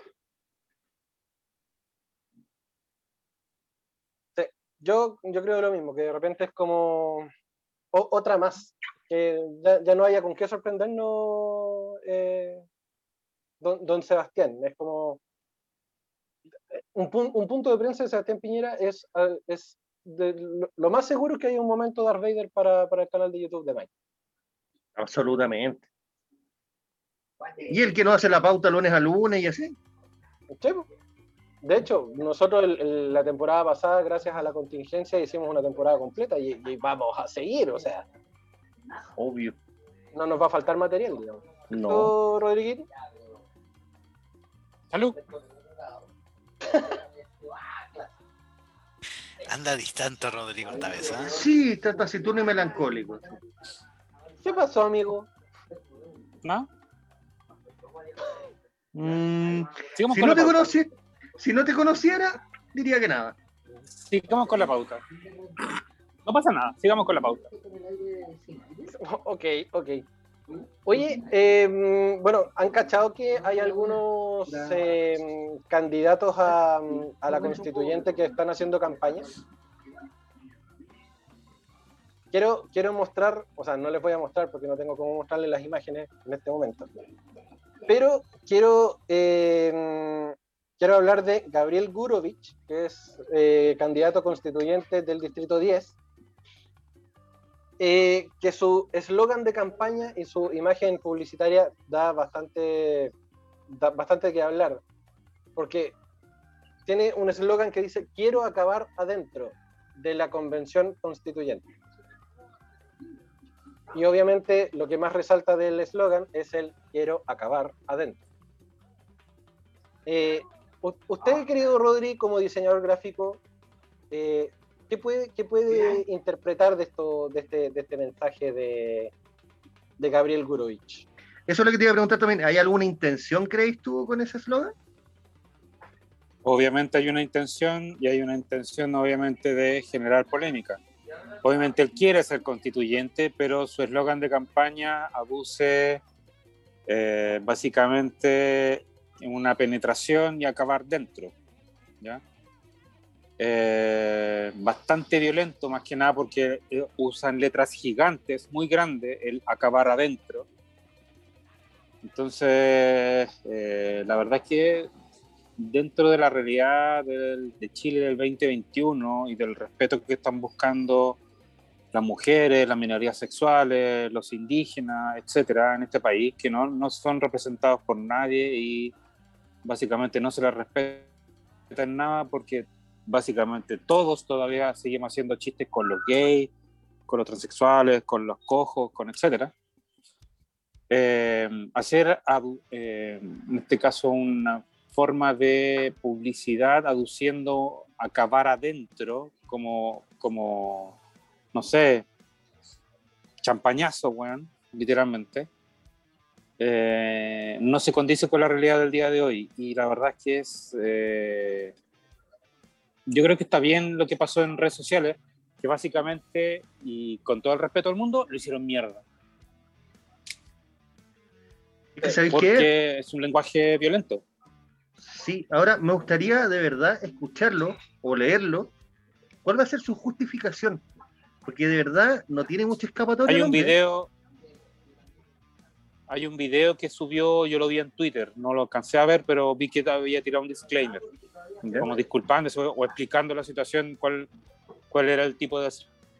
Sí, yo creo lo mismo, que de repente es como otra más, que ya no haya con qué sorprendernos don Sebastián. Es como un punto de prensa de Sebastián Piñera es lo más seguro que hay un momento Darth Vader para el canal de YouTube de Mike. Absolutamente. Y el que no hace la pauta lunes a lunes y así. Sí. De hecho, nosotros la temporada pasada, gracias a la contingencia, hicimos una temporada completa y vamos a seguir, o sea. Obvio. No nos va a faltar material, digamos. No. Rodriguito? Salud. Anda distante Rodrigo esta vez, ¿eh? Sí, está taciturno y melancólico. ¿Qué pasó, amigo? ¿No? Si no te conociera, diría que nada. Sigamos con la pauta. No pasa nada, sigamos con la pauta. Ok. Oye, bueno, ¿han cachado que hay algunos candidatos a la constituyente que están haciendo campaña? Quiero mostrar, o sea, no les voy a mostrar porque no tengo cómo mostrarles las imágenes en este momento, pero quiero hablar de Gabriel Gurovich, que es candidato constituyente del Distrito 10, que su eslogan de campaña y su imagen publicitaria da bastante que hablar, porque tiene un eslogan que dice: quiero acabar adentro de la convención constituyente. Y obviamente lo que más resalta del eslogan es el quiero acabar adentro. Usted, querido Rodri, como diseñador gráfico, ¿qué puede interpretar de este mensaje de Gabriel Gurovich? Eso es lo que te iba a preguntar también. ¿Hay alguna intención, crees tú, con ese eslogan? Obviamente hay una intención, y hay una intención obviamente de generar polémica. Obviamente él quiere ser constituyente, pero su eslogan de campaña aduce básicamente una penetración y acabar dentro, ¿ya? Bastante violento, más que nada porque usan letras gigantes, muy grandes, el acabar adentro. Entonces, la verdad es que dentro de la realidad de Chile del 2021 y del respeto que están buscando las mujeres, las minorías sexuales, los indígenas, etcétera, en este país, que no son representados por nadie y básicamente no se les respeta en nada, porque básicamente todos todavía seguimos haciendo chistes con los gays, con los transexuales, con los cojos, con etcétera. Hacer en este caso una forma de publicidad aduciendo acabar adentro como no sé, champañazo, weón, literalmente, no se condice con la realidad del día de hoy. Y la verdad es que yo creo que está bien lo que pasó en redes sociales, que básicamente, y con todo el respeto al mundo, lo hicieron mierda. Porque es un lenguaje violento. Sí, ahora me gustaría de verdad escucharlo o leerlo. ¿Cuál va a ser su justificación? Porque de verdad no tiene mucha escapatoria. Hay un video que subió, yo lo vi en Twitter, no lo alcancé a ver, pero vi que había tirado un disclaimer, ¿ya? Como disculpándose o explicando la situación, cuál era el tipo de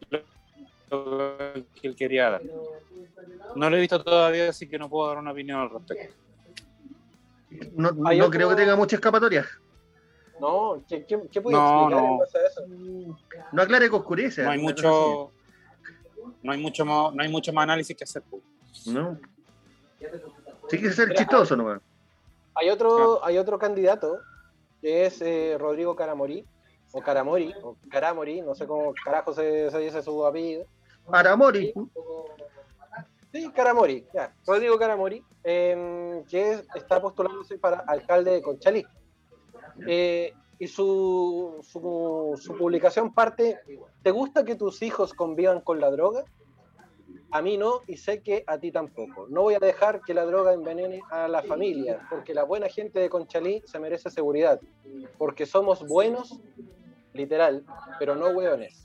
que él quería dar. No lo he visto todavía, así que no puedo dar una opinión al respecto. No creo que tenga mucha escapatoria. No, ¿qué puede explicar en base a eso? No aclare que oscurece. No hay mucho más análisis que hacer. No. Sí que ser Mira, chistoso nomás. hay otro candidato que es Rodrigo Caramori, o Caramori, no sé cómo carajo se dice su apellido. Aramori. Sí, Caramori, ya. Rodrigo Caramori, está postulándose para alcalde de Conchalí. Y su publicación parte: ¿te gusta que tus hijos convivan con la droga? A mí no, y sé que a ti tampoco. No voy a dejar que la droga envenene a la familia, porque la buena gente de Conchalí se merece seguridad, porque somos buenos, literal, pero no hueones.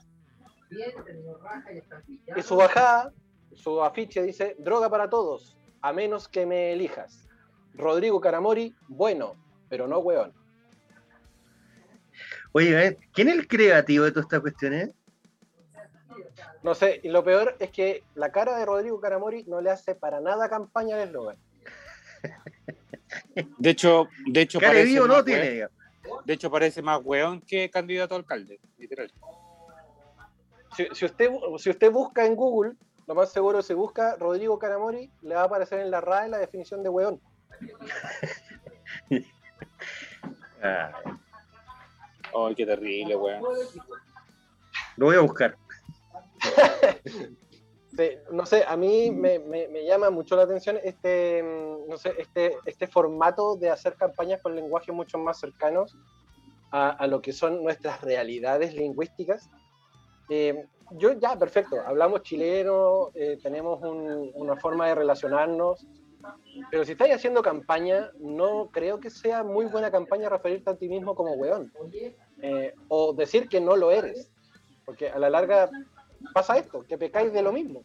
Y su bajada, su afiche dice: droga para todos, a menos que me elijas. Rodrigo Caramori, bueno, pero no hueón. Oye, ¿quién es el creativo de todas estas cuestiones? No sé, y lo peor es que la cara de Rodrigo Caramori no le hace para nada campaña al eslogan. De hecho Care parece vivo más no tiene, digamos. de hecho parece más weón que candidato a alcalde, literal. Si usted busca en Google, lo más seguro, si busca Rodrigo Caramori, le va a aparecer en la RAE la definición de hueón. Ay, qué terrible, weón. Lo voy a buscar. Sí, no sé, a mí me llama mucho la atención este formato de hacer campañas con lenguajes mucho más cercanos a lo que son nuestras realidades lingüísticas. Perfecto, hablamos chileno, tenemos una forma de relacionarnos, pero si estáis haciendo campaña, no creo que sea muy buena campaña referirte a ti mismo como weón, o decir que no lo eres, porque a la larga pasa esto, que pecáis de lo mismo.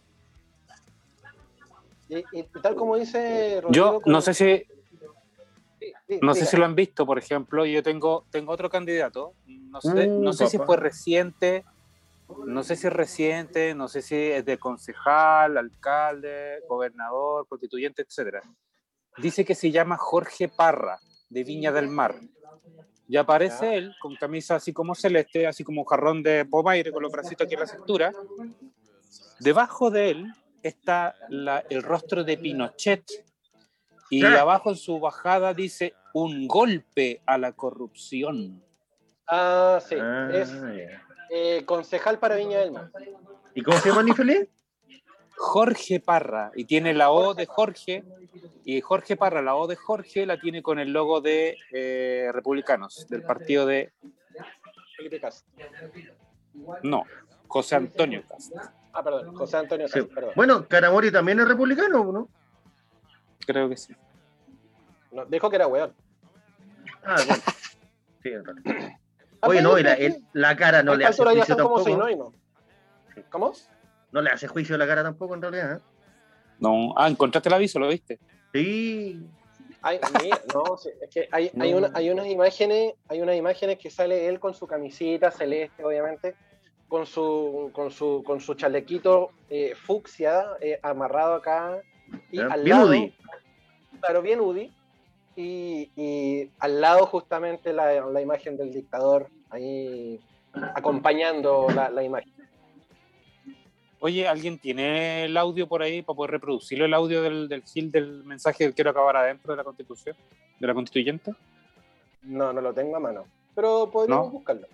Y tal como dice Rodrigo... Yo no sé si no sé si lo han visto, por ejemplo, yo tengo otro candidato, no sé si fue reciente, no sé si es reciente, no sé si es de concejal, alcalde, gobernador, constituyente, etcétera. Dice que se llama Jorge Parra, de Viña del Mar. Y aparece él con camisa así como celeste, así como un jarrón de pomaire con los bracitos aquí en la cintura. Debajo de él está el rostro de Pinochet. Y abajo en su bajada dice: un golpe a la corrupción. Ah, sí. Concejal para Viña del Mar. ¿Y cómo se llama el infeliz? Jorge Parra. Y tiene la O de Jorge. Y Jorge Parra, la O de Jorge, la tiene con el logo de Republicanos, del partido de... Felipe Cast. No, José Antonio Cast. Ah, perdón, José Antonio Cast, Sí. perdón. Bueno, Caramori también es republicano, ¿no? Creo que sí. No, dijo que era weón. Ah, bueno. Sí, en realidad. Oye, no, la cara no le hace juicio tampoco. ¿Cómo? No le hace juicio a la cara tampoco, en realidad. No, encontraste el aviso, ¿lo viste? Sí. Es que hay unas imágenes que sale él con su camisita celeste, obviamente, con su chalequito fucsia amarrado acá, y al bien lado, Udi. Claro, bien Udi, y al lado justamente la imagen del dictador ahí acompañando la imagen. Oye, ¿alguien tiene el audio por ahí para poder reproducirlo, el audio del Gil del mensaje del quiero acabar adentro de la Constitución, de la Constituyente? No lo tengo a mano, pero podríamos buscarlo.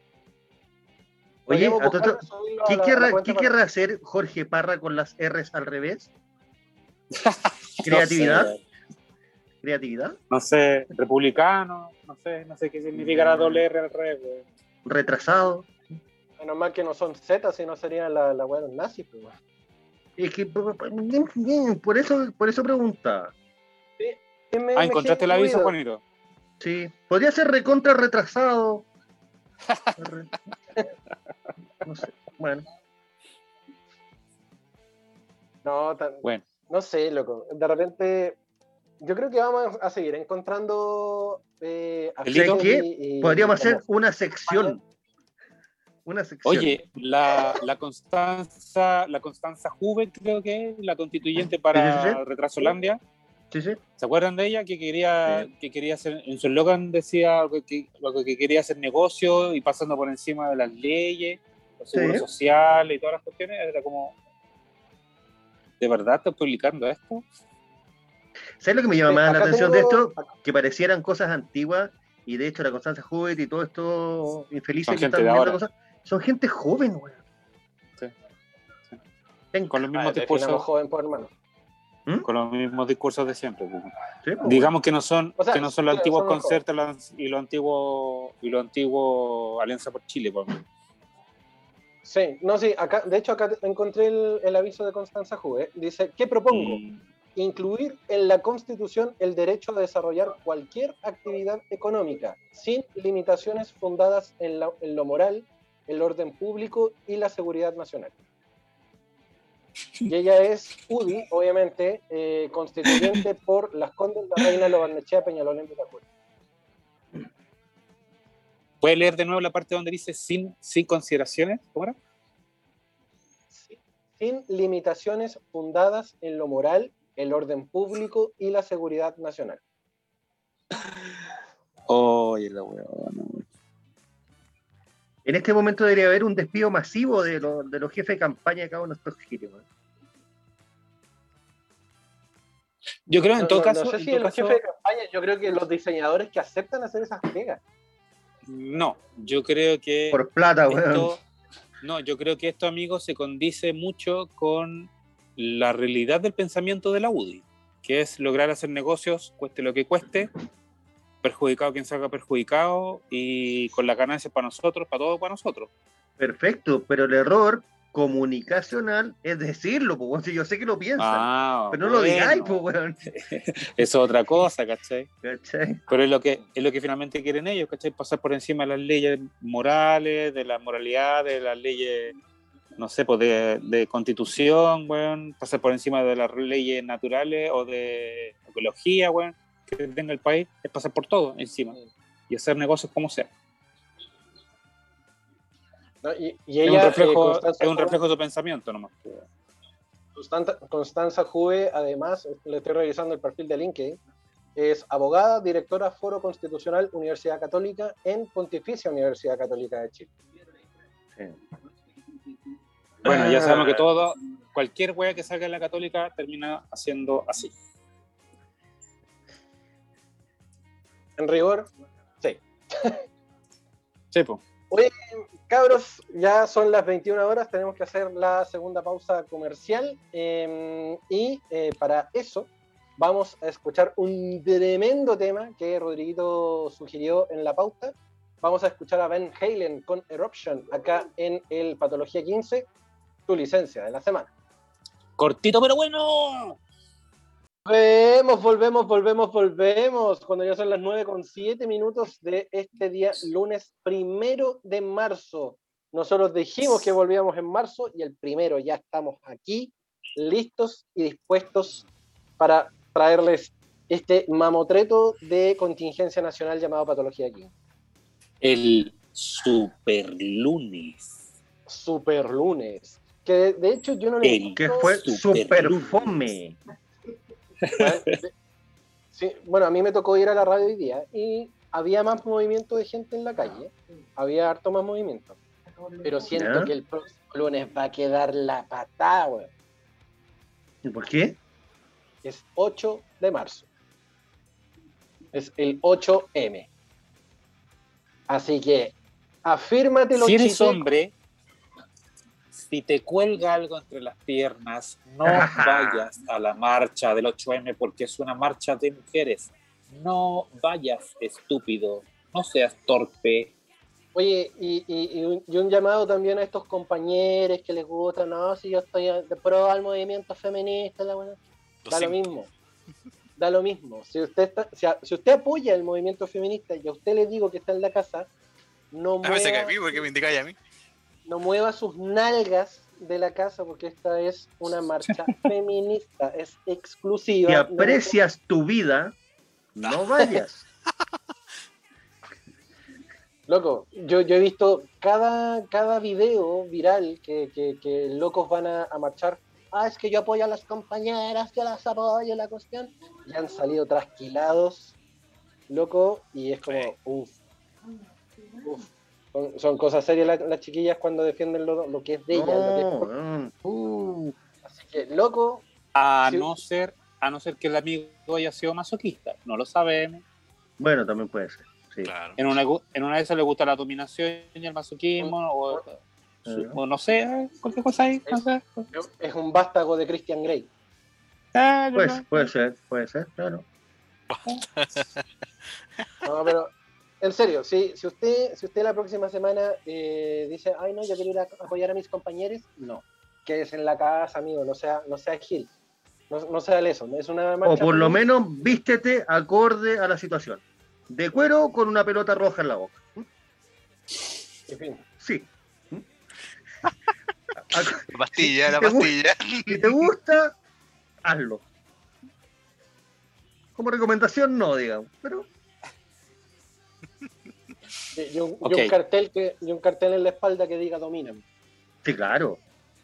Oye, ¿qué querrá hacer Jorge Parra con las R's al revés? ¿Creatividad? ¿Creatividad? No sé, republicano, no sé qué significa la doble R al revés, güey. Retrasado. Menos mal que no son Z, si no serían la weá de los nazis, pues. Es que por eso pregunta. Sí, ¿encontraste el aviso, Juanito? Sí, podría ser recontra retrasado. No sé, bueno. Bueno. No sé, loco. De repente, yo creo que vamos a seguir encontrando. Podríamos hacer una sección. Oye, la Constanza Juve, creo que es la constituyente para Retrasolandia. Sí. ¿Se acuerdan de ella? Que quería hacer, en su eslogan decía lo que quería hacer negocio y pasando por encima de las leyes, los seguros sociales y todas las cuestiones. Era como, ¿de verdad estás publicando esto? ¿Sabes lo que me llama Sí, más la acá atención de tengo- esto? Que parecieran cosas antiguas y de hecho la Constanza Jovet y todo esto infelices Son que gente están de viviendo ahora. cosas, son gente joven, weón. Sí, sí. Penca. Con los mismos definamos discursos, joven por hermano. ¿Mm? con los mismos discursos de siempre. Pues. Sí, pues, Digamos que no son, O sea, que no son los claro, antiguos son los jóvenes. concertos y los antiguos Alianza por Chile. Pues. Sí, no, sí, acá, de hecho acá encontré el aviso de Constanza Juve. Dice, ¿qué propongo? Y Incluir en la Constitución el derecho a desarrollar cualquier actividad económica, sin limitaciones fundadas en lo moral, el orden público y la seguridad nacional. Y ella es UDI, obviamente, constituyente por Las Condes, La Reina, Lo Barnechea, Peñalolén y Vitacura. ¿puede leer de nuevo la parte donde dice sin consideraciones? ¿Cómo era? Sin limitaciones fundadas en lo moral, el orden público y la seguridad nacional. Oye, la weona. En este momento debería haber un despido masivo de los jefes de campaña de cada uno de estos giros. Yo creo, en todo caso, No sé en si todo los caso, jefes de campaña, yo creo que los diseñadores que aceptan hacer esas pegas. no, yo creo que Por plata, weón. esto, no, yo creo que esto, amigos, se condice mucho con la realidad del pensamiento de la UDI, que es lograr hacer negocios, cueste lo que cueste, perjudicado quien salga perjudicado y con las ganancias para nosotros, para todo para nosotros. Perfecto, pero el error comunicacional es decirlo, pues, weón. Si yo sé que lo piensan, pero no lo digáis, pues, weón. Eso es otra cosa, ¿cachai? ¿Cachai? Pero es lo que finalmente quieren ellos, ¿cachai? Pasar por encima de las leyes morales, de la moralidad, de las leyes, no sé, pues de constitución, weón, pasar por encima de las leyes naturales o de ecología, weón, que tenga el país, es pasar por todo encima y hacer negocios como sea. ¿No? Y Es ella, un reflejo de su pensamiento nomás. Constanza Juve, además, le estoy revisando el perfil de LinkedIn, es abogada, directora Foro Constitucional Universidad Católica en Pontificia Universidad Católica de Chile. Sí. Bueno, ya sabemos que cualquier wea que salga en la Católica termina haciendo así. En rigor, sí. Sí, pues. Oye, cabros, ya son las 21 horas, tenemos que hacer la segunda pausa comercial y para eso vamos a escuchar un tremendo tema que Rodriguito sugirió en la pauta. Vamos a escuchar a Van Halen con Eruption acá en el Patología 15, tu licencia de la semana. Cortito pero bueno. Volvemos, cuando ya son las 9:07 de este día, lunes 1 de marzo. Nosotros dijimos que volvíamos en marzo y el 1 ya estamos aquí, listos y dispuestos para traerles este mamotreto de contingencia nacional llamado Patología aquí. El superlunes. Superlunes. Que de hecho yo no le Que fue super fome. Sí, bueno, a mí me tocó ir a la radio hoy día y había más movimiento de gente en la calle, había harto más movimiento, pero siento que el próximo lunes va a quedar la patada, weón. ¿Y por qué? Es 8 de marzo, es el 8M, así que afírmate los si eres chicos. hombre, si te cuelga algo entre las piernas, no vayas a la marcha del 8M porque es una marcha de mujeres. No vayas, estúpido. No seas torpe. Oye, y un llamado también a estos compañeros que les gusta, no, si yo estoy de pro al movimiento feminista, da lo mismo. Si usted apoya el movimiento feminista y a usted le digo que está en la casa, no mueva sus nalgas de la casa porque esta es una marcha feminista, es exclusiva. Si aprecias tu vida, no vayas. Loco, yo he visto cada video viral que locos van a marchar. Es que yo apoyo a las compañeras, yo las apoyo la cuestión. Y han salido trasquilados, loco, y es como, uff. Son cosas serias las chiquillas cuando defienden lo que es de ellas. Así que, loco. A no ser a no ser que el amigo haya sido masoquista. No lo sabemos. Bueno, también puede ser. Sí. Claro. En una de esas le gusta la dominación y el masoquismo, o no sé, cualquier cosa ahí. No sé. Es un vástago de Christian Grey. Pues, puede ser, claro. No, pero en serio, si usted la próxima semana dice, ay no, yo quiero ir a apoyar a mis compañeros, no, quédese en la casa, amigo, no sea Gil, no sea leso, es una marcha. O por lo feminista. menos vístete acorde a la situación. De cuero con una pelota roja en la boca. En fin. Sí. La pastilla, Si la te gusta- pastilla. Si te gusta, hazlo. Como recomendación no, digamos, pero Y un Ok. cartel en la espalda que diga dominan. sí, claro.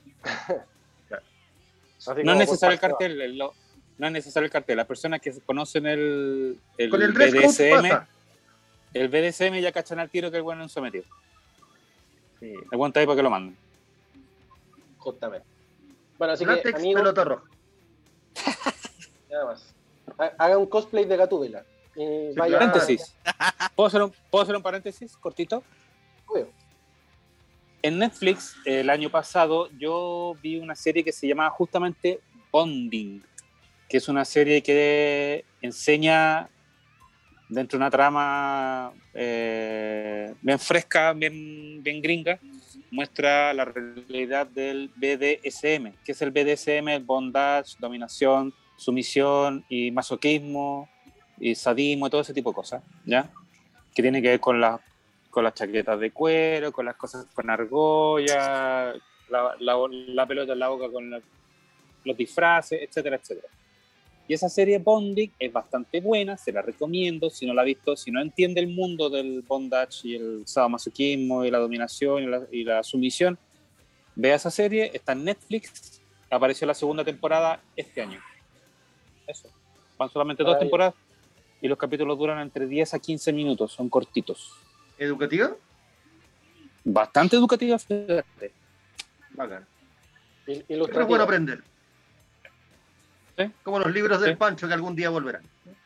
Así No es como necesario el por cartel, no es necesario el cartel. Las personas que conocen el Con el dress code BDSM, pasa. el BDSM ya cachan al tiro que el bueno es un sometido. Sí. El buen está ahí para que lo manden. justamente. Bueno, así que, Látex, amigo, pelota roja. nada más. Haga un cosplay de Gatúbela. Y Sí, vaya claro. Paréntesis. ¿Puedo hacer un paréntesis cortito? Obvio. En Netflix, el año pasado, yo vi una serie que se llamaba justamente Bonding, que es una serie que enseña dentro de una trama bien fresca, bien gringa, muestra la realidad del BDSM. ¿Qué es el BDSM? El bondage, dominación, sumisión y masoquismo y sadismo y todo ese tipo de cosas, ¿ya? Que tiene que ver con las chaquetas de cuero, con las cosas con argolla, la pelota en la boca con los disfraces, etcétera, etcétera. Y esa serie Bonding es bastante buena, se la recomiendo. Si no la ha visto, si no entiende el mundo del bondage y el sadomasoquismo y la dominación y la sumisión, vea esa serie, está en Netflix, apareció la segunda temporada este año. Eso, van solamente 2 temporadas y los capítulos duran entre 10 a 15 minutos, son cortitos. ¿Educativa? Bastante educativa, fíjate. Bacán. Eso es Ilustrativa. bueno aprender. ¿Sí? Como los libros del Sí. Pancho que algún día volverán.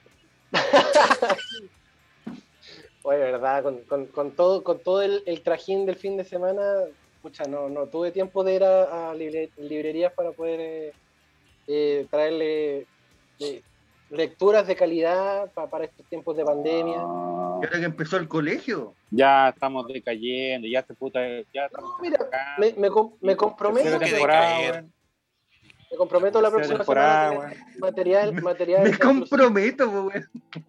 Oye, verdad, con todo el trajín del fin de semana, pucha, no tuve tiempo de ir a librerías para poder traerle lecturas de calidad para estos tiempos de pandemia. Y ahora que empezó el colegio. Ya estamos decayendo, ya estamos No, mira, cagando. me comprometo, Tercera que temporada, decaer. weón. me comprometo la Tercera próxima semana a temporada, tener material Me exclusivo. comprometo, pues,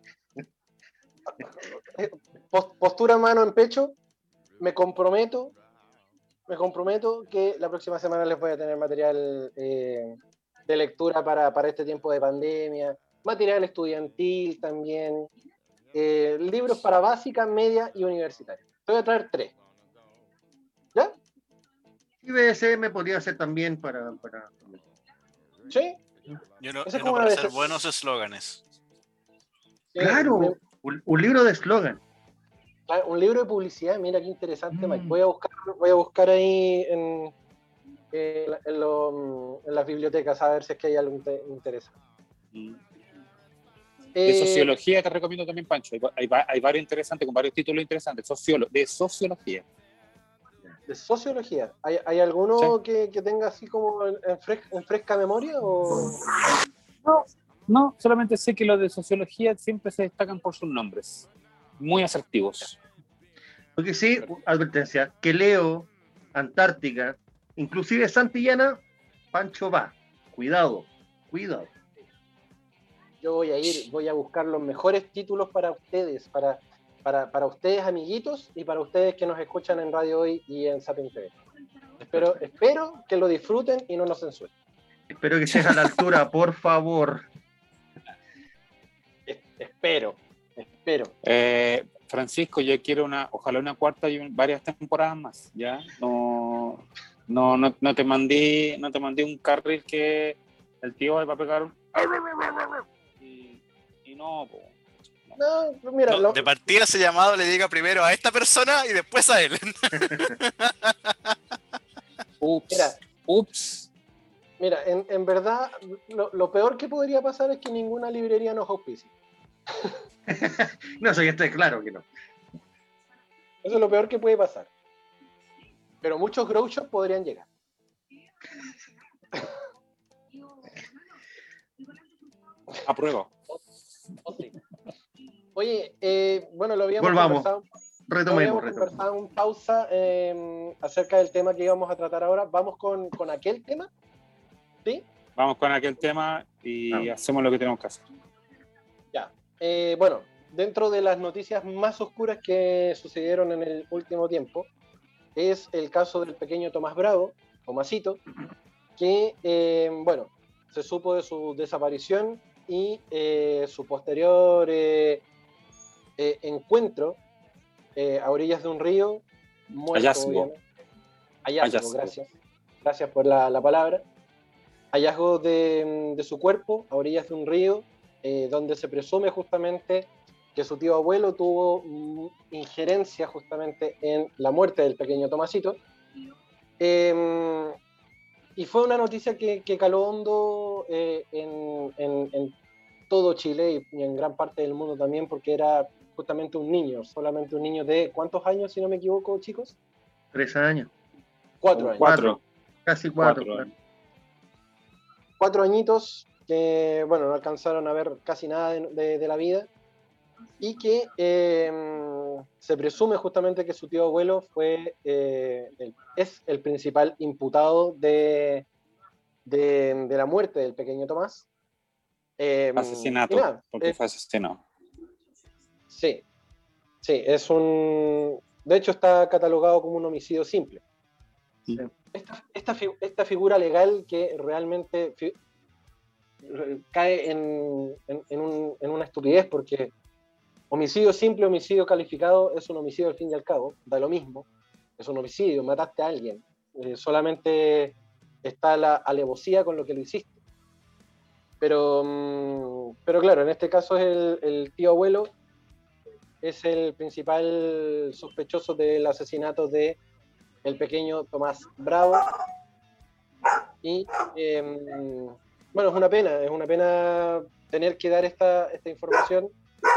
weón. Postura mano en pecho, me comprometo que la próxima semana les voy a tener material de lectura para este tiempo de pandemia, material estudiantil también, libros para básica, media y universitaria. Te voy a traer 3. ¿Ya? Y BSM podría ser también para... ¿Sí? Yo no, Esa es yo no como para una hacer vez- buenos eslóganes. Claro, un libro de eslogan. Un libro de publicidad, mira qué interesante, Mike. Mm. Voy a buscar ahí en las bibliotecas a ver si es que hay algo interesante. De sociología te recomiendo también, Pancho. Hay varios interesantes, con varios títulos interesantes. De sociología. De sociología. ¿Hay alguno Sí. que tenga así como en fresca memoria? O... No, solamente sé que los de sociología siempre se destacan por sus nombres. Muy asertivos. Porque sí, advertencia, que Leo, Antártica, inclusive Santillana, Pancho va. Cuidado. Yo voy a buscar los mejores títulos para ustedes, para ustedes amiguitos y para ustedes que nos escuchan en Radio Hoy y en Sapien TV. Espero que lo disfruten y no nos censuren. Espero que estés a la altura, por favor. Espero. Francisco, yo quiero ojalá una cuarta y varias temporadas más, ¿ya? No te mandé un carril que el tío va a pegar un... y no, po. No, mira, No, de partida ese llamado le diga primero a esta persona y después a él. Ups. Mira. Ups. Mira, en verdad, lo peor que podría pasar es que ninguna librería nos auspicie. No, eso ya está claro que no. Eso es lo peor que puede pasar. Pero muchos grow shops podrían llegar. Apruebo. Oh, sí. Oye, bueno, lo habíamos Volvamos, retomemos. retomemos. Conversado en pausa acerca del tema que íbamos a tratar ahora. ¿Vamos con aquel tema? ¿Sí? Vamos con aquel tema y hacemos lo que tenemos que hacer. Ya. Bueno, dentro de las noticias más oscuras que sucedieron en el último tiempo, es el caso del pequeño Tomás Bravo, Tomasito, que, bueno, se supo de su desaparición y su posterior encuentro a orillas de un río, muerto, Hallazgo. obviamente. Hallazgo, gracias. Gracias por la palabra. Hallazgo de su cuerpo a orillas de un río, donde se presume justamente que su tío abuelo tuvo injerencia justamente en la muerte del pequeño Tomasito. Y fue una noticia que caló hondo en todo Chile y en gran parte del mundo también, porque era justamente un niño, solamente un niño de ¿cuántos años, si no me equivoco, chicos? 3 años. 4 años. 4. Casi 4. 4 añitos que, bueno, no alcanzaron a ver casi nada de la vida y que se presume justamente que su tío abuelo es el principal imputado de la muerte del pequeño Tomás. Asesinato, porque fue asesinado. Sí, es un... De hecho está catalogado como un homicidio simple. Sí. Esta figura legal que realmente cae en una estupidez, porque homicidio simple, homicidio calificado es un homicidio al fin y al cabo, da lo mismo, es un homicidio, mataste a alguien, solamente está la alevosía con lo que lo hiciste. Pero claro, en este caso es el tío abuelo, es el principal sospechoso del asesinato de el pequeño Tomás Bravo. Y bueno, es una pena tener que dar esta información,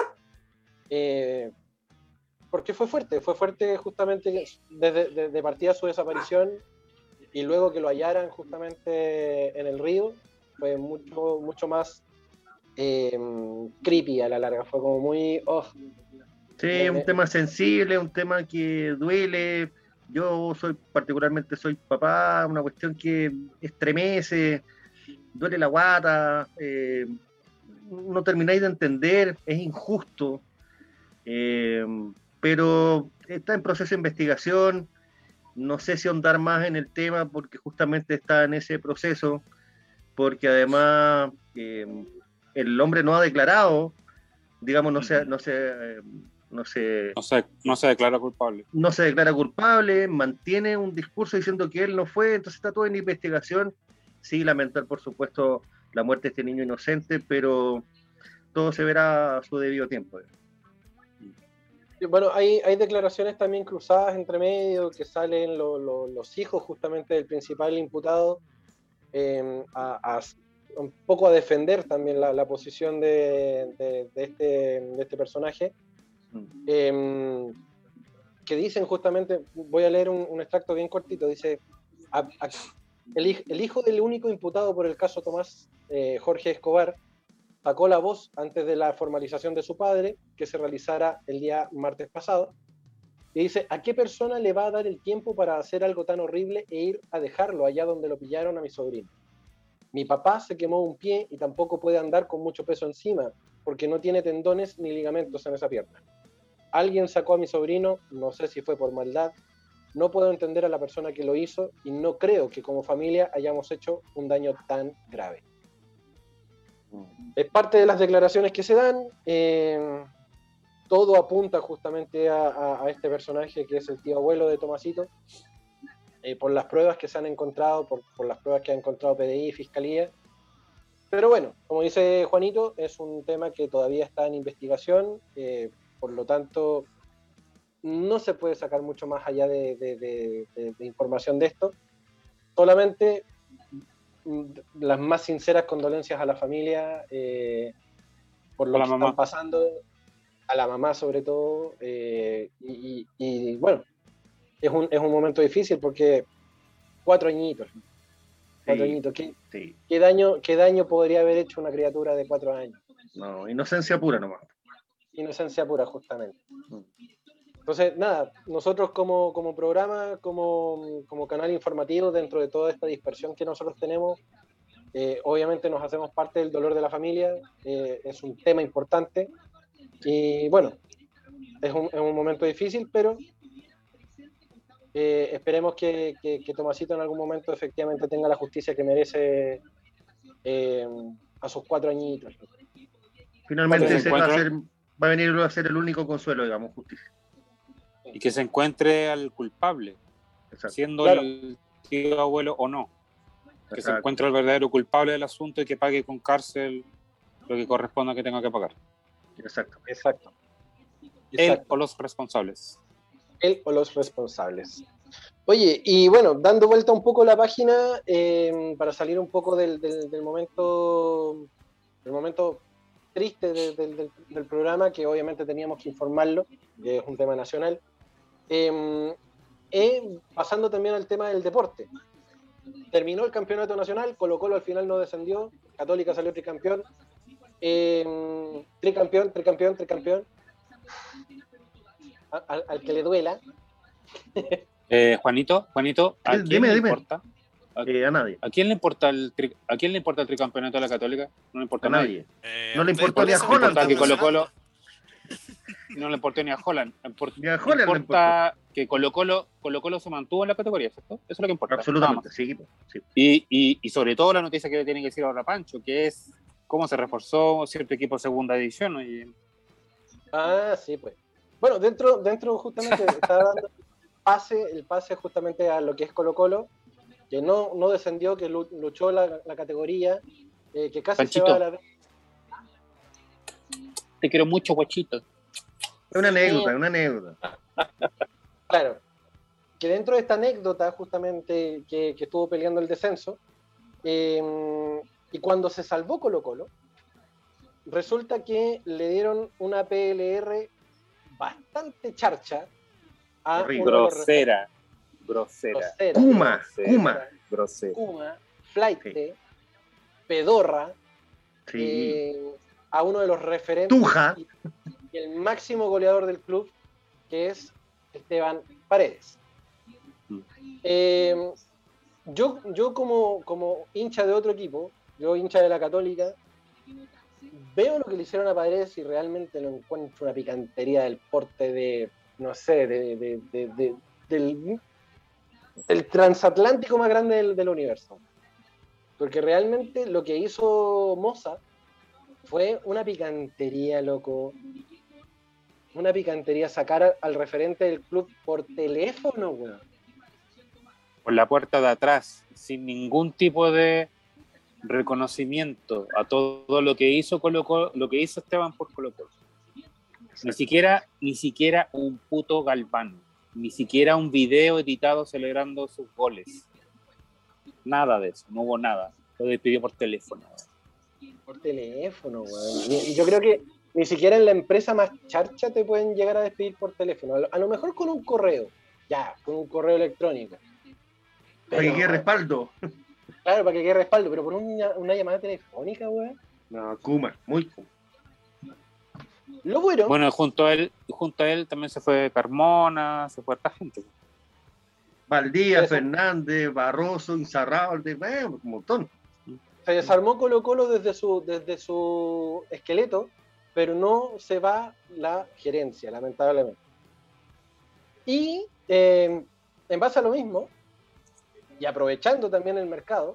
porque fue fuerte justamente desde partida su desaparición y luego que lo hallaran justamente en el río, fue mucho más creepy a la larga, fue como muy... Sí, un tema sensible, un tema que duele. Yo particularmente soy papá, una cuestión que estremece, duele la guata, no termináis de entender, es injusto, pero está en proceso de investigación. No sé si ahondar más en el tema porque justamente está en ese proceso, porque además el hombre no ha declarado, digamos, no se declara culpable. No se declara culpable, mantiene un discurso diciendo que él no fue, entonces está todo en investigación. Sí, lamentar, por supuesto, la muerte de este niño inocente, pero todo se verá a su debido tiempo. Bueno, hay declaraciones también cruzadas entre medio, que salen los hijos justamente del principal imputado un poco a defender también la posición de este personaje, que dicen justamente, voy a leer un extracto bien cortito, dice, el hijo del único imputado por el caso Tomás, Jorge Escobar, sacó la voz antes de la formalización de su padre, que se realizara el día martes pasado, y dice, ¿a qué persona le va a dar el tiempo para hacer algo tan horrible e ir a dejarlo allá donde lo pillaron a mi sobrino? Mi papá se quemó un pie y tampoco puede andar con mucho peso encima, porque no tiene tendones ni ligamentos en esa pierna. Alguien sacó a mi sobrino, no sé si fue por maldad, no puedo entender a la persona que lo hizo y no creo que como familia hayamos hecho un daño tan grave. Es parte de las declaraciones que se dan, todo apunta justamente a este personaje que es el tío abuelo de Tomasito, por las pruebas que se han encontrado, por las pruebas que ha encontrado PDI y Fiscalía. Pero bueno, como dice Juanito, es un tema que todavía está en investigación, por lo tanto no se puede sacar mucho más allá de información de esto. Solamente las más sinceras condolencias a la familia por lo A la que mamá. están pasando, a la mamá sobre todo, y bueno, es un momento difícil porque 4 añitos, Sí, ¿qué, sí. qué daño podría haber hecho una criatura de 4 años? No, inocencia pura nomás. Inocencia pura, justamente. Entonces, nada, nosotros como programa, como canal informativo, dentro de toda esta dispersión que nosotros tenemos, obviamente nos hacemos parte del dolor de la familia, es un tema importante, y bueno, es un momento difícil, pero esperemos que Tomasito en algún momento efectivamente tenga la justicia que merece a sus 4 añitos. Finalmente Que se ese va encuentre- a venir a ser el único consuelo, digamos, justicia. Y que se encuentre al culpable, Exacto. siendo Claro. el tío abuelo o no. Que se Exacto. encuentre el verdadero culpable del asunto y que pague con cárcel lo que corresponda que tenga que pagar. Exacto. Exacto. Él o los responsables. Él o los responsables. Oye, y bueno, dando vuelta un poco la página, para salir un poco del momento triste del programa, que obviamente teníamos que informarlo, que es un tema nacional, pasando también al tema del deporte. Terminó el campeonato nacional, Colo-Colo al final no descendió, Católica salió tricampeón, tricampeón, al que le duela. Juanito, ¿a quién Dime. le importa? A nadie. ¿A quién le importa el tricampeonato de la Católica? No le importa A a nadie. nadie. No le importó ni a eso Holland, importa que pues, Colo-Colo no le importó ni a Holland. Ni a Holland le importa que Colo-Colo se mantuvo en la categoría, ¿cierto? Eso es lo que importa. absolutamente, sí, sí. Y sobre todo la noticia que le tiene que decir ahora Pancho, que es cómo se reforzó cierto equipo de segunda división, ¿no? Sí, pues. Bueno, dentro justamente estaba dando el pase justamente a lo que es Colo-Colo, que no descendió, que luchó la categoría, que casi Panchito, se va a la... te quiero mucho, guachito. Es una anécdota. Claro, que dentro de esta anécdota justamente que estuvo peleando el descenso, y cuando se salvó Colo-Colo, resulta que le dieron una PLR bastante charcha a Horrible. uno de los Grosera. Kuma, Flaite, Pedorra, Sí. a uno de los referentes Tuja. y el máximo goleador del club, que es Esteban Paredes. Yo como hincha de otro equipo, yo hincha de la Católica, veo lo que le hicieron a Paredes y realmente lo encuentro una picantería del porte de, no sé, del transatlántico más grande del universo. Porque realmente lo que hizo Moza fue una picantería, loco. Una picantería sacar al referente del club por teléfono, weón. Por la puerta de atrás, sin ningún tipo de reconocimiento a todo lo que hizo lo que hizo Esteban por Colo-Colo. Ni siquiera un puto Galván, ni siquiera un video editado celebrando sus goles. Nada de eso, no hubo nada. Lo despidió por teléfono. Por teléfono, weón. Y yo creo que ni siquiera en la empresa más charcha te pueden llegar a despedir por teléfono. A lo mejor con un correo. Ya, con un correo electrónico. Para que quede respaldo. Claro, para que quede respaldo, pero por una llamada telefónica, weón. No, Kuma, muy Kuma. Lo bueno junto a él también se fue Carmona, se fue esta gente. Valdía, Fernández, Barroso, Inzarralde, un montón. Se desarmó Colo-Colo desde su esqueleto, pero no se va la gerencia, lamentablemente. Y en base a lo mismo, y aprovechando también el mercado,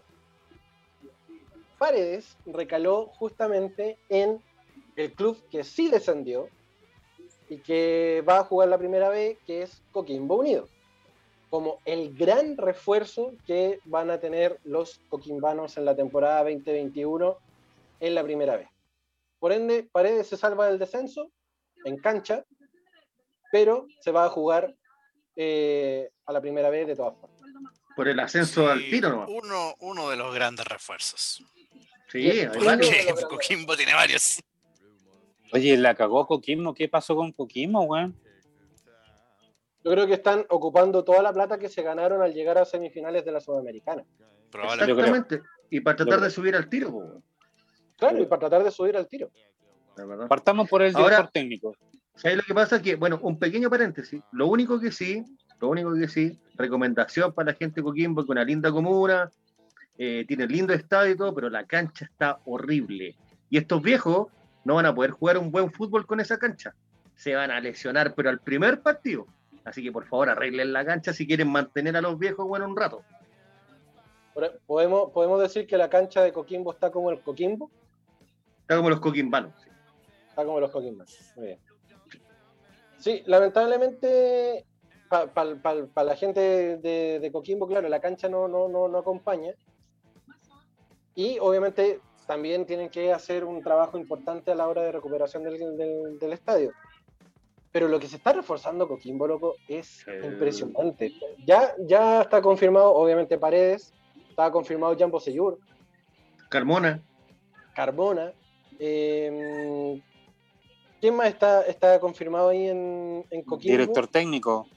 Paredes recaló justamente en el club que sí descendió y que va a jugar la primera vez, que es Coquimbo Unido, como el gran refuerzo que van a tener los coquimbanos en la temporada 2021 en la primera vez. Por ende, Paredes se salva del descenso en cancha, pero se va a jugar a la primera vez de todas formas. Por el ascenso al tiro, ¿no? Uno de los grandes refuerzos. Sí, hay Uno varios. de los Porque grandes. Coquimbo tiene varios. Oye, la cagó Coquimbo. ¿Qué pasó con Coquimbo, weón? Yo creo que están ocupando toda la plata que se ganaron al llegar a semifinales de la Sudamericana. Probablemente. Exactamente. Y para tratar Yo creo. de subir al tiro, po, Claro, y para tratar de subir al tiro. la verdad. Partamos por el Ahora- director técnico. ¿Sabes lo que pasa? Que, bueno, un pequeño paréntesis. Lo único que sí, recomendación para la gente de Coquimbo, que una linda comuna, tiene lindo estadio y todo, pero la cancha está horrible. Y estos viejos no van a poder jugar un buen fútbol con esa cancha. Se van a lesionar, pero al primer partido. Así que por favor arreglen la cancha si quieren mantener a los viejos bueno un rato. ¿Podemos decir que la cancha de Coquimbo está como el Coquimbo? Está como los coquimbanos. Sí. Está como los Coquimbas. Muy bien. Sí, lamentablemente para la gente de Coquimbo, claro, la cancha no acompaña. Y obviamente también tienen que hacer un trabajo importante a la hora de recuperación del estadio. Pero lo que se está reforzando Coquimbo, loco, es impresionante. Ya está confirmado, obviamente, Paredes, está confirmado Jan Bosellur, Carmona. Carbona. ¿Quién más está confirmado ahí en Coquimbo? Director técnico.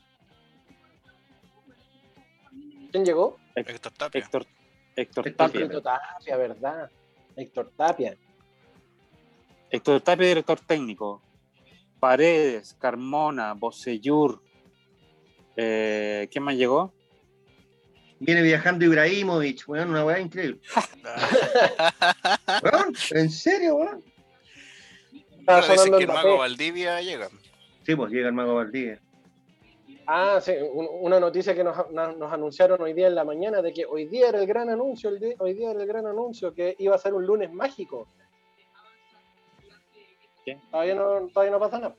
¿Quién llegó? Héctor Tapia. Héctor Tapia. Héctor Tapia, ¿verdad? Héctor Tapia. Héctor Tapia, director técnico. Paredes, Carmona, Bosellur. ¿Quién más llegó? Viene viajando Ibrahimovic, weón, una weá increíble. Weón, ¿en serio, weón? Estaba Bueno, dicen sonando que el el mago Mbappé. Valdivia llega. Sí, pues llega el Mago Valdivia. Ah, sí, una noticia que nos anunciaron hoy día en la mañana de que hoy día era el gran anuncio, que iba a ser un lunes mágico. ¿Qué? Todavía no pasa nada.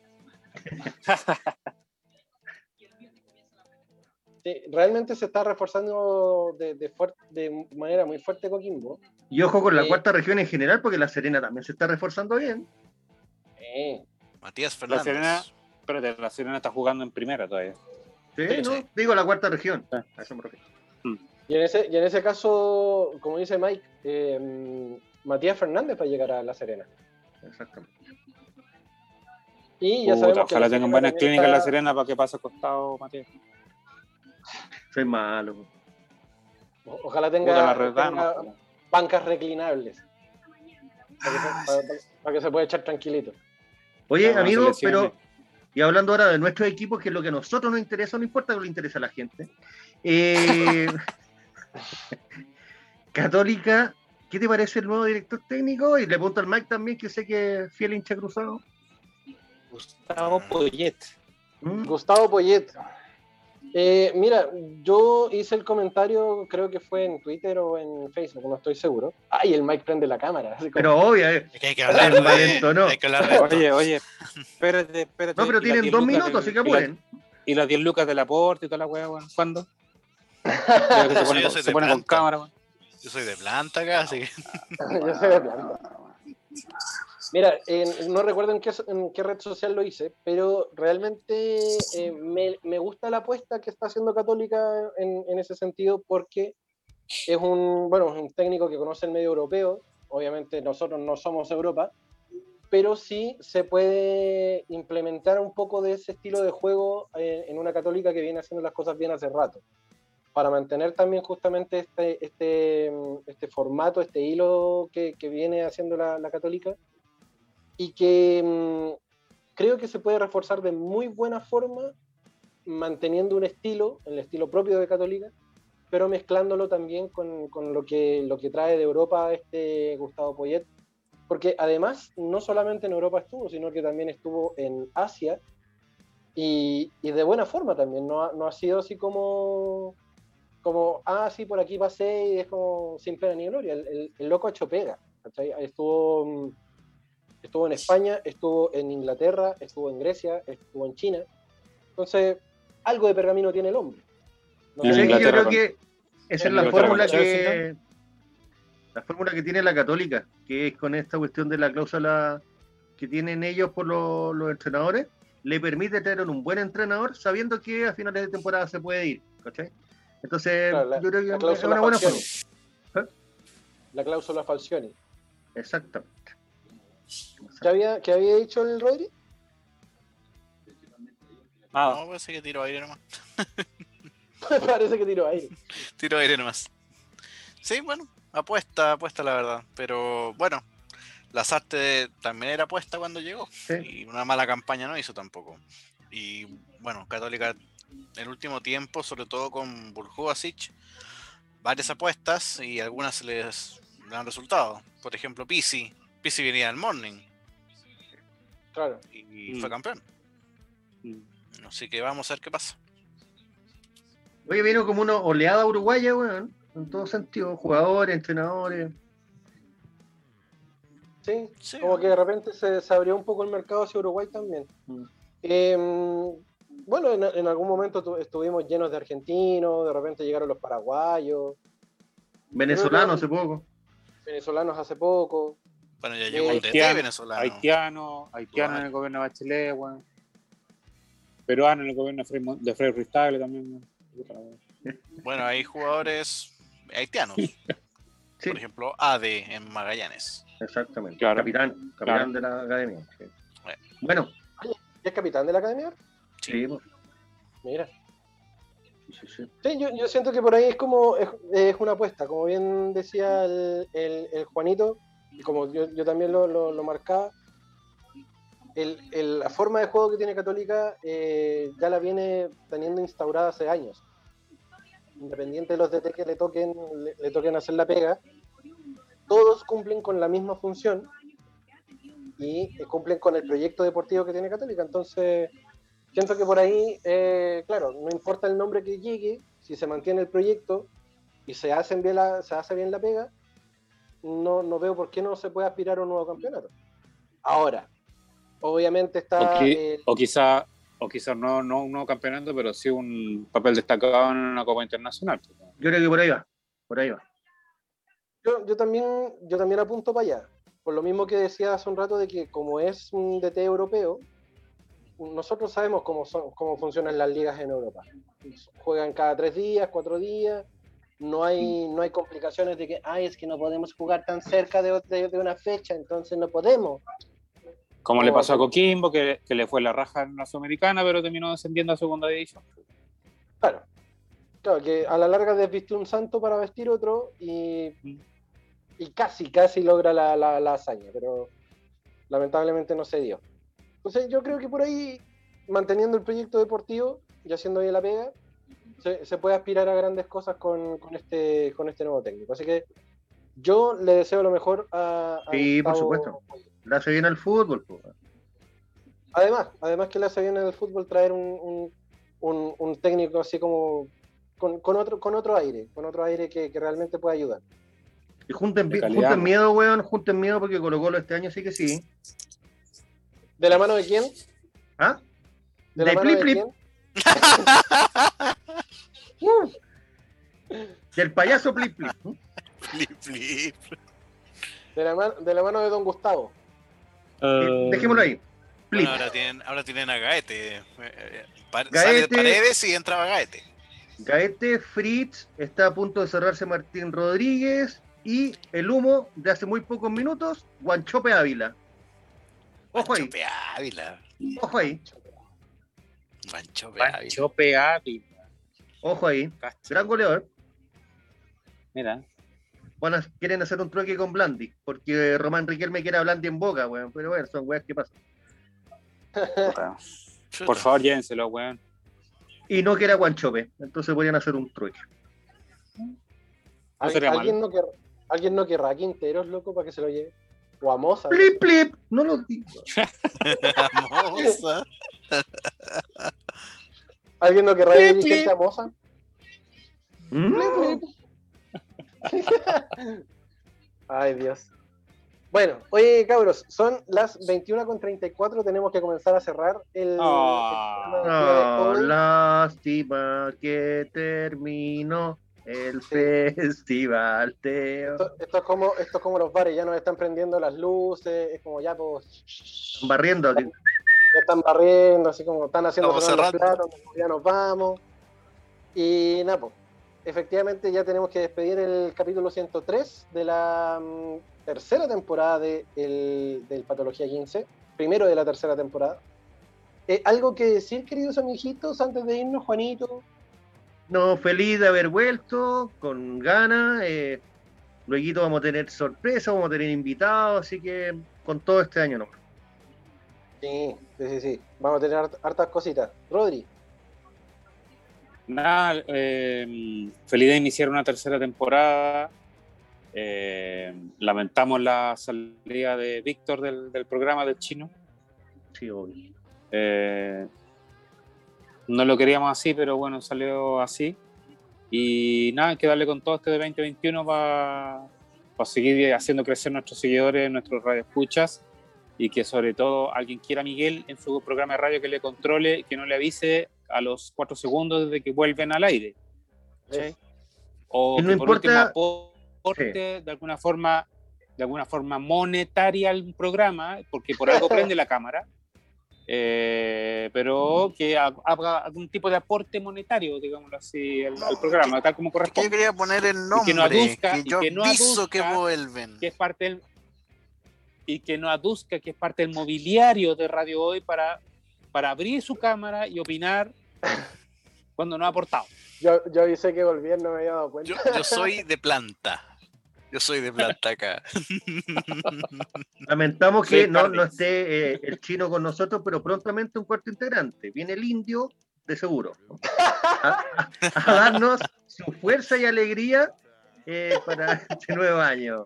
Sí, realmente se está reforzando de manera muy fuerte Coquimbo. Y ojo con la cuarta región en general, porque la Serena también se está reforzando bien. Matías La Fernández. Serena, espérate, la Serena está jugando en primera todavía. Sí, Sí, ¿no? sí. Digo la cuarta región. Ah. A eso me refiero. Y en ese caso, como dice Mike, Matías Fernández para llegar a La Serena. Exactamente. Y ya sabemos que Ojalá La tengan Serena buenas también clínicas en la está- Serena para que pase costado, Matías. Soy malo. Ojalá Puta, tenga, la redama. tenga bancas reclinables. Para que se pueda echar tranquilito. Oye, Las buenas amigos, selecciones. pero y hablando ahora de nuestros equipos, que es lo que a nosotros nos interesa, no importa que le interesa a la gente. Católica, ¿qué te parece el nuevo director técnico? Y le pregunto al Mike también, que sé que es fiel hincha cruzado. Gustavo Poyet. ¿Mm? Gustavo Poyet. Mira, yo hice el comentario, creo que fue en Twitter o en Facebook, no estoy seguro. Ay, el Mike prende la cámara. Así como- Pero obvio, Es que hay que hablar de, Valentonó. hay que hablar de esto. Oye, espérate. No, pero ¿Y las tienen 10 2 lucas minutos, así que apuren. Y las 10 lucas del aporte y toda la weá, weón. ¿Cuándo? Ya que Yo soy de se pone con planta. cámara, weón. Yo soy de planta acá, así que. Yo soy de planta. Mira, no recuerdo en qué red social lo hice, pero realmente me gusta la apuesta que está haciendo Católica en ese sentido, porque es un técnico que conoce el medio europeo. Obviamente nosotros no somos Europa, pero sí se puede implementar un poco de ese estilo de juego en una Católica que viene haciendo las cosas bien hace rato, para mantener también justamente este formato, este hilo que viene haciendo la Católica, y que creo que se puede reforzar de muy buena forma, manteniendo el estilo propio de Católica, pero mezclándolo también con lo que trae de Europa Gustavo Poyet, porque además no solamente en Europa estuvo, sino que también estuvo en Asia, y de buena forma también, no ha sido así como sí, por aquí pasé y es como sin pena ni gloria. El loco ha hecho pega, ¿cachai? Estuvo en España, estuvo en Inglaterra, estuvo en Grecia, estuvo en China. Entonces, algo de pergamino tiene el hombre. No En Yo sé, creo Inglaterra que esa es la Inglaterra fórmula con Chelsea, que la fórmula que tiene la Católica, que es con esta cuestión de la cláusula que tienen ellos por los entrenadores, le permite tener un buen entrenador sabiendo que a finales de temporada se puede ir, ¿cachai? Entonces, Claro, yo creo la que es cláusula una buena Falcioni. forma. La cláusula Falcioni. Exactamente. ¿Qué había dicho el Rodri? No, parece que tiro aire nomás. Parece que tiró aire. Tiro aire nomás. Sí, bueno, apuesta la verdad. Pero bueno, Lasarte también era apuesta cuando llegó. Sí. Y una mala campaña no hizo tampoco. Y bueno, Católica el último tiempo, sobre todo con Burjuvasic, varias apuestas y algunas le dan resultado. Por ejemplo, Pizzi venía del Morning Claro. y fue campeón. Así que vamos a ver qué pasa. Oye, vino como una oleada uruguaya, weón. En todo sentido, jugadores, entrenadores. Sí, Sí, como ¿no? que de repente se abrió un poco el mercado hacia Uruguay también. Bueno, en algún momento estuvimos llenos de argentinos, de repente llegaron los paraguayos, Venezolanos hace poco. venezolanos hace poco. Bueno, ya llegó un DT venezolano. Haitiano en el gobierno de Bachelet, weón. Peruano en el gobierno de Frei Ruiz Tagle también, weón. Bueno, hay jugadores haitianos. Sí, Por ejemplo, AD en Magallanes. exactamente. Claro. Capitán Claro. de la academia. Sí. Bueno, ¿Y es capitán de la academia? sí, pues, Mira. sí. Sí, yo siento que por ahí es una apuesta, como bien decía el Juanito, y como yo también lo marcaba, la forma de juego que tiene Católica ya la viene teniendo instaurada hace años. Independiente de los DT que le toquen hacer la pega, todos cumplen con la misma función y cumplen con el proyecto deportivo que tiene Católica. Entonces, siento que por ahí, claro, no importa el nombre que llegue, si se mantiene el proyecto y se hace bien la pega, no veo por qué no se puede aspirar a un nuevo campeonato. Ahora, obviamente está... O quizá no un nuevo campeonato, pero sí un papel destacado en una Copa Internacional. Yo creo que por ahí va. Por ahí va. Yo también apunto para allá. Por lo mismo que decía hace un rato de que como es un DT europeo, nosotros sabemos cómo funcionan las ligas en Europa. Juegan cada 3 días, 4 días. No hay complicaciones de que, es que no podemos jugar tan cerca de una fecha, entonces no podemos. Como le pasó a Coquimbo, que le fue la raja en la Sudamericana, pero terminó descendiendo a segunda división. Claro, que a la larga desviste un santo para vestir otro y casi logra la hazaña, pero lamentablemente no se dio. Entonces yo creo que por ahí, manteniendo el proyecto deportivo y haciendo bien la pega, se puede aspirar a grandes cosas con este nuevo técnico. Así que yo le deseo lo mejor a Sí, por Gustavo. supuesto. Le hace bien al fútbol, pues. Además que le hace bien en el fútbol traer un técnico así como con otro aire que realmente pueda ayudar. Y junten calidad, miedo, weón, junten miedo porque Colo-Colo este año sí que sí. ¿De la mano de quién? ¿Ah? ¿De la mano Plip de Plip, quién? del payaso Plip Plip. Flip. De la mano de Don Gustavo. Dejémoslo ahí. Plip. Bueno, ahora tienen a Gaete. Gaete. Sale Paredes y entraba Gaete. Gaete, Fritz, está a punto de cerrarse Martín Rodríguez y el humo de hace muy pocos minutos, Guanchope Ávila. Ojo ahí, Guanchope Ávila. ojo ahí, Panchope Ávila. ojo ahí. Gran goleador. Mira. Bueno, quieren hacer un trueque con Blandi, porque Román Riquelme quiere a Blandi en Boca, weón. Pero bueno, son weas que pasan. Por favor, llévenselo, weón. Y no quiere a Guanchope, entonces podrían hacer un trueque. No sería ¿Alguien no querrá a Quinteros, loco, para que se lo lleve? O a Moza. Plip Plip, no lo digo. Moza. ¿Alguien no querrá Plip, dirigirse plip. a Moza? Ay, Dios. Bueno, oye, cabros, son las 21:34, tenemos que comenzar a cerrar el programa del día de No, hoy. lástima que terminó el festival, Teo. Esto es como los bares, ya nos están prendiendo las luces, es como ya pues Barriendo así. ya están barriendo, así como están haciendo Estamos sonar los cerrando. platos, ya nos vamos. Y nada, pues, efectivamente ya tenemos que despedir el capítulo 103 de la tercera temporada del Patología 15, primero de la tercera temporada. ¿Algo que decir, queridos amiguitos, antes de irnos, Juanito? No, feliz de haber vuelto, con ganas. Luego vamos a tener sorpresas, vamos a tener invitados, así que con todo este año no. Sí. Vamos a tener hartas cositas. Rodri. Nada, feliz de iniciar una tercera temporada. Lamentamos la salida de Víctor del programa del Chino. Sí, obvio. No lo queríamos así, pero bueno, salió así. Y nada, hay que darle con todo este de 2021 para seguir haciendo crecer nuestros seguidores, nuestros radioescuchas, y que sobre todo alguien quiera a Miguel en su programa de radio, que le controle, que no le avise a los 4 segundos desde que vuelven al aire. ¿Sí? O y no que importa, por último aporte sí, de alguna forma monetaria al programa, porque por algo prende la cámara. Pero que haga algún tipo de aporte monetario, digámoslo así, al programa, tal como corresponde. Yo quería poner el nombre, que no aviso que vuelven. Que es parte y que no aduzca que es parte del mobiliario de Radio Hoy para abrir su cámara y opinar cuando no ha aportado. Yo avisé que volvían, no me había dado cuenta. Yo soy de planta. Yo soy de planta acá. Lamentamos que no esté el Chino con nosotros, pero prontamente un cuarto integrante. Viene el Indio, de seguro, a darnos su fuerza y alegría para este nuevo año.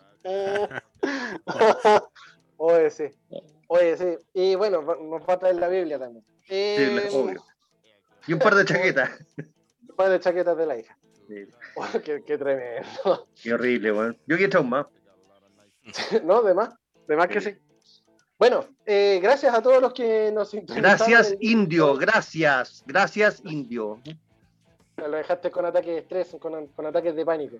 Oye, sí. Y bueno, nos va a traer la Biblia también. Sí, obvio. Y un par de chaquetas. Un par de chaquetas de la hija. Sí. Oh, qué tremendo. Qué horrible, bueno. Yo quiero traumar. No, de más que sí. Bueno, gracias a todos los que nos sintonizaron. Gracias, Indio, gracias, Indio. Lo dejaste con ataques de estrés, con ataques de pánico.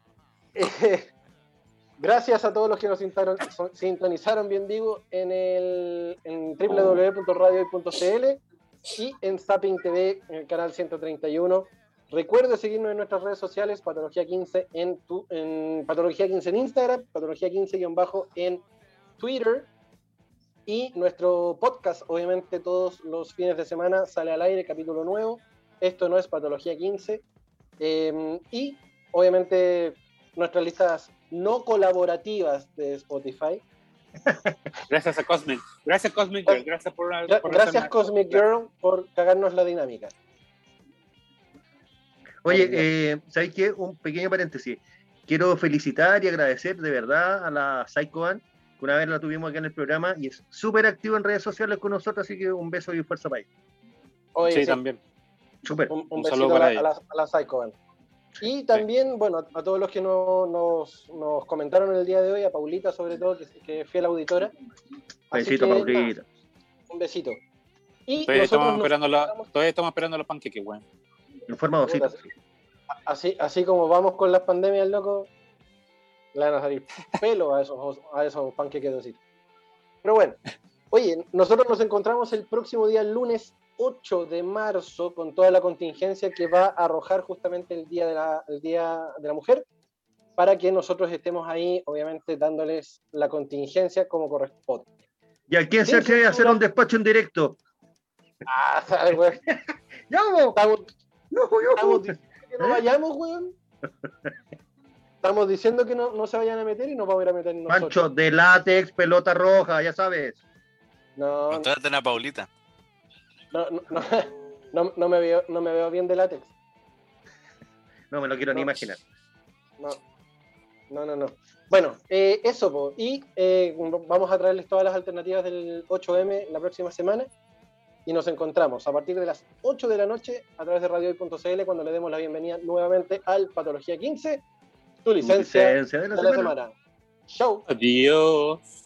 Gracias a todos los que nos sintonizaron, bien digo, en www.radiohoy.cl y en Zapping TV, en el canal 131. Recuerde seguirnos en nuestras redes sociales, Patología 15 en Patología 15 en Instagram, Patología 15- en Twitter, y nuestro podcast, obviamente todos los fines de semana sale al aire capítulo nuevo. Esto no es Patología 15, y obviamente nuestras listas no colaborativas de Spotify. Gracias a Cosmic. Gracias Cosmic Girl. Gracias Cosmic Girl por cagarnos la dinámica. Oye, ¿sabes qué? Un pequeño paréntesis. Quiero felicitar y agradecer de verdad a la Psycho Band, que una vez la tuvimos acá en el programa y es súper activo en redes sociales con nosotros, así que un beso y fuerza para ella. Oye, sí, también. Súper. Un besito a la Psycho Band. Y también, sí, bueno, a todos los que nos comentaron el día de hoy, a Paulita sobre todo, que es fiel auditora. Besito, Paulita. Un besito. Y todavía estamos esperando los panqueques, güey. En forma de osito. Así como vamos con las pandemias, loco, le van a salir pelo a esos panqueques de osito. Pero bueno, oye, nosotros nos encontramos el próximo día, lunes 8 de marzo, con toda la contingencia que va a arrojar justamente el día de la mujer, para que nosotros estemos ahí, obviamente, dándoles la contingencia como corresponde. ¿Y a quién se atreve a hacer un despacho en directo? ¿Sabes, güey? ¡Ya vamos! Estamos diciendo que no vayamos, weón. Estamos diciendo que no se vayan a meter y nos vamos a ir a meter nosotros. Pancho, de látex, pelota roja, ya sabes. No. Contraten a Paulita. No me veo bien de látex. No me lo quiero ni imaginar. No. Bueno, eso, po. Y vamos a traerles todas las alternativas del 8M la próxima semana. Y nos encontramos a partir de las 8 de la noche a través de radiohoy.cl, cuando le demos la bienvenida nuevamente al Patología 15, tu licencia de la semana. Chau. Adiós.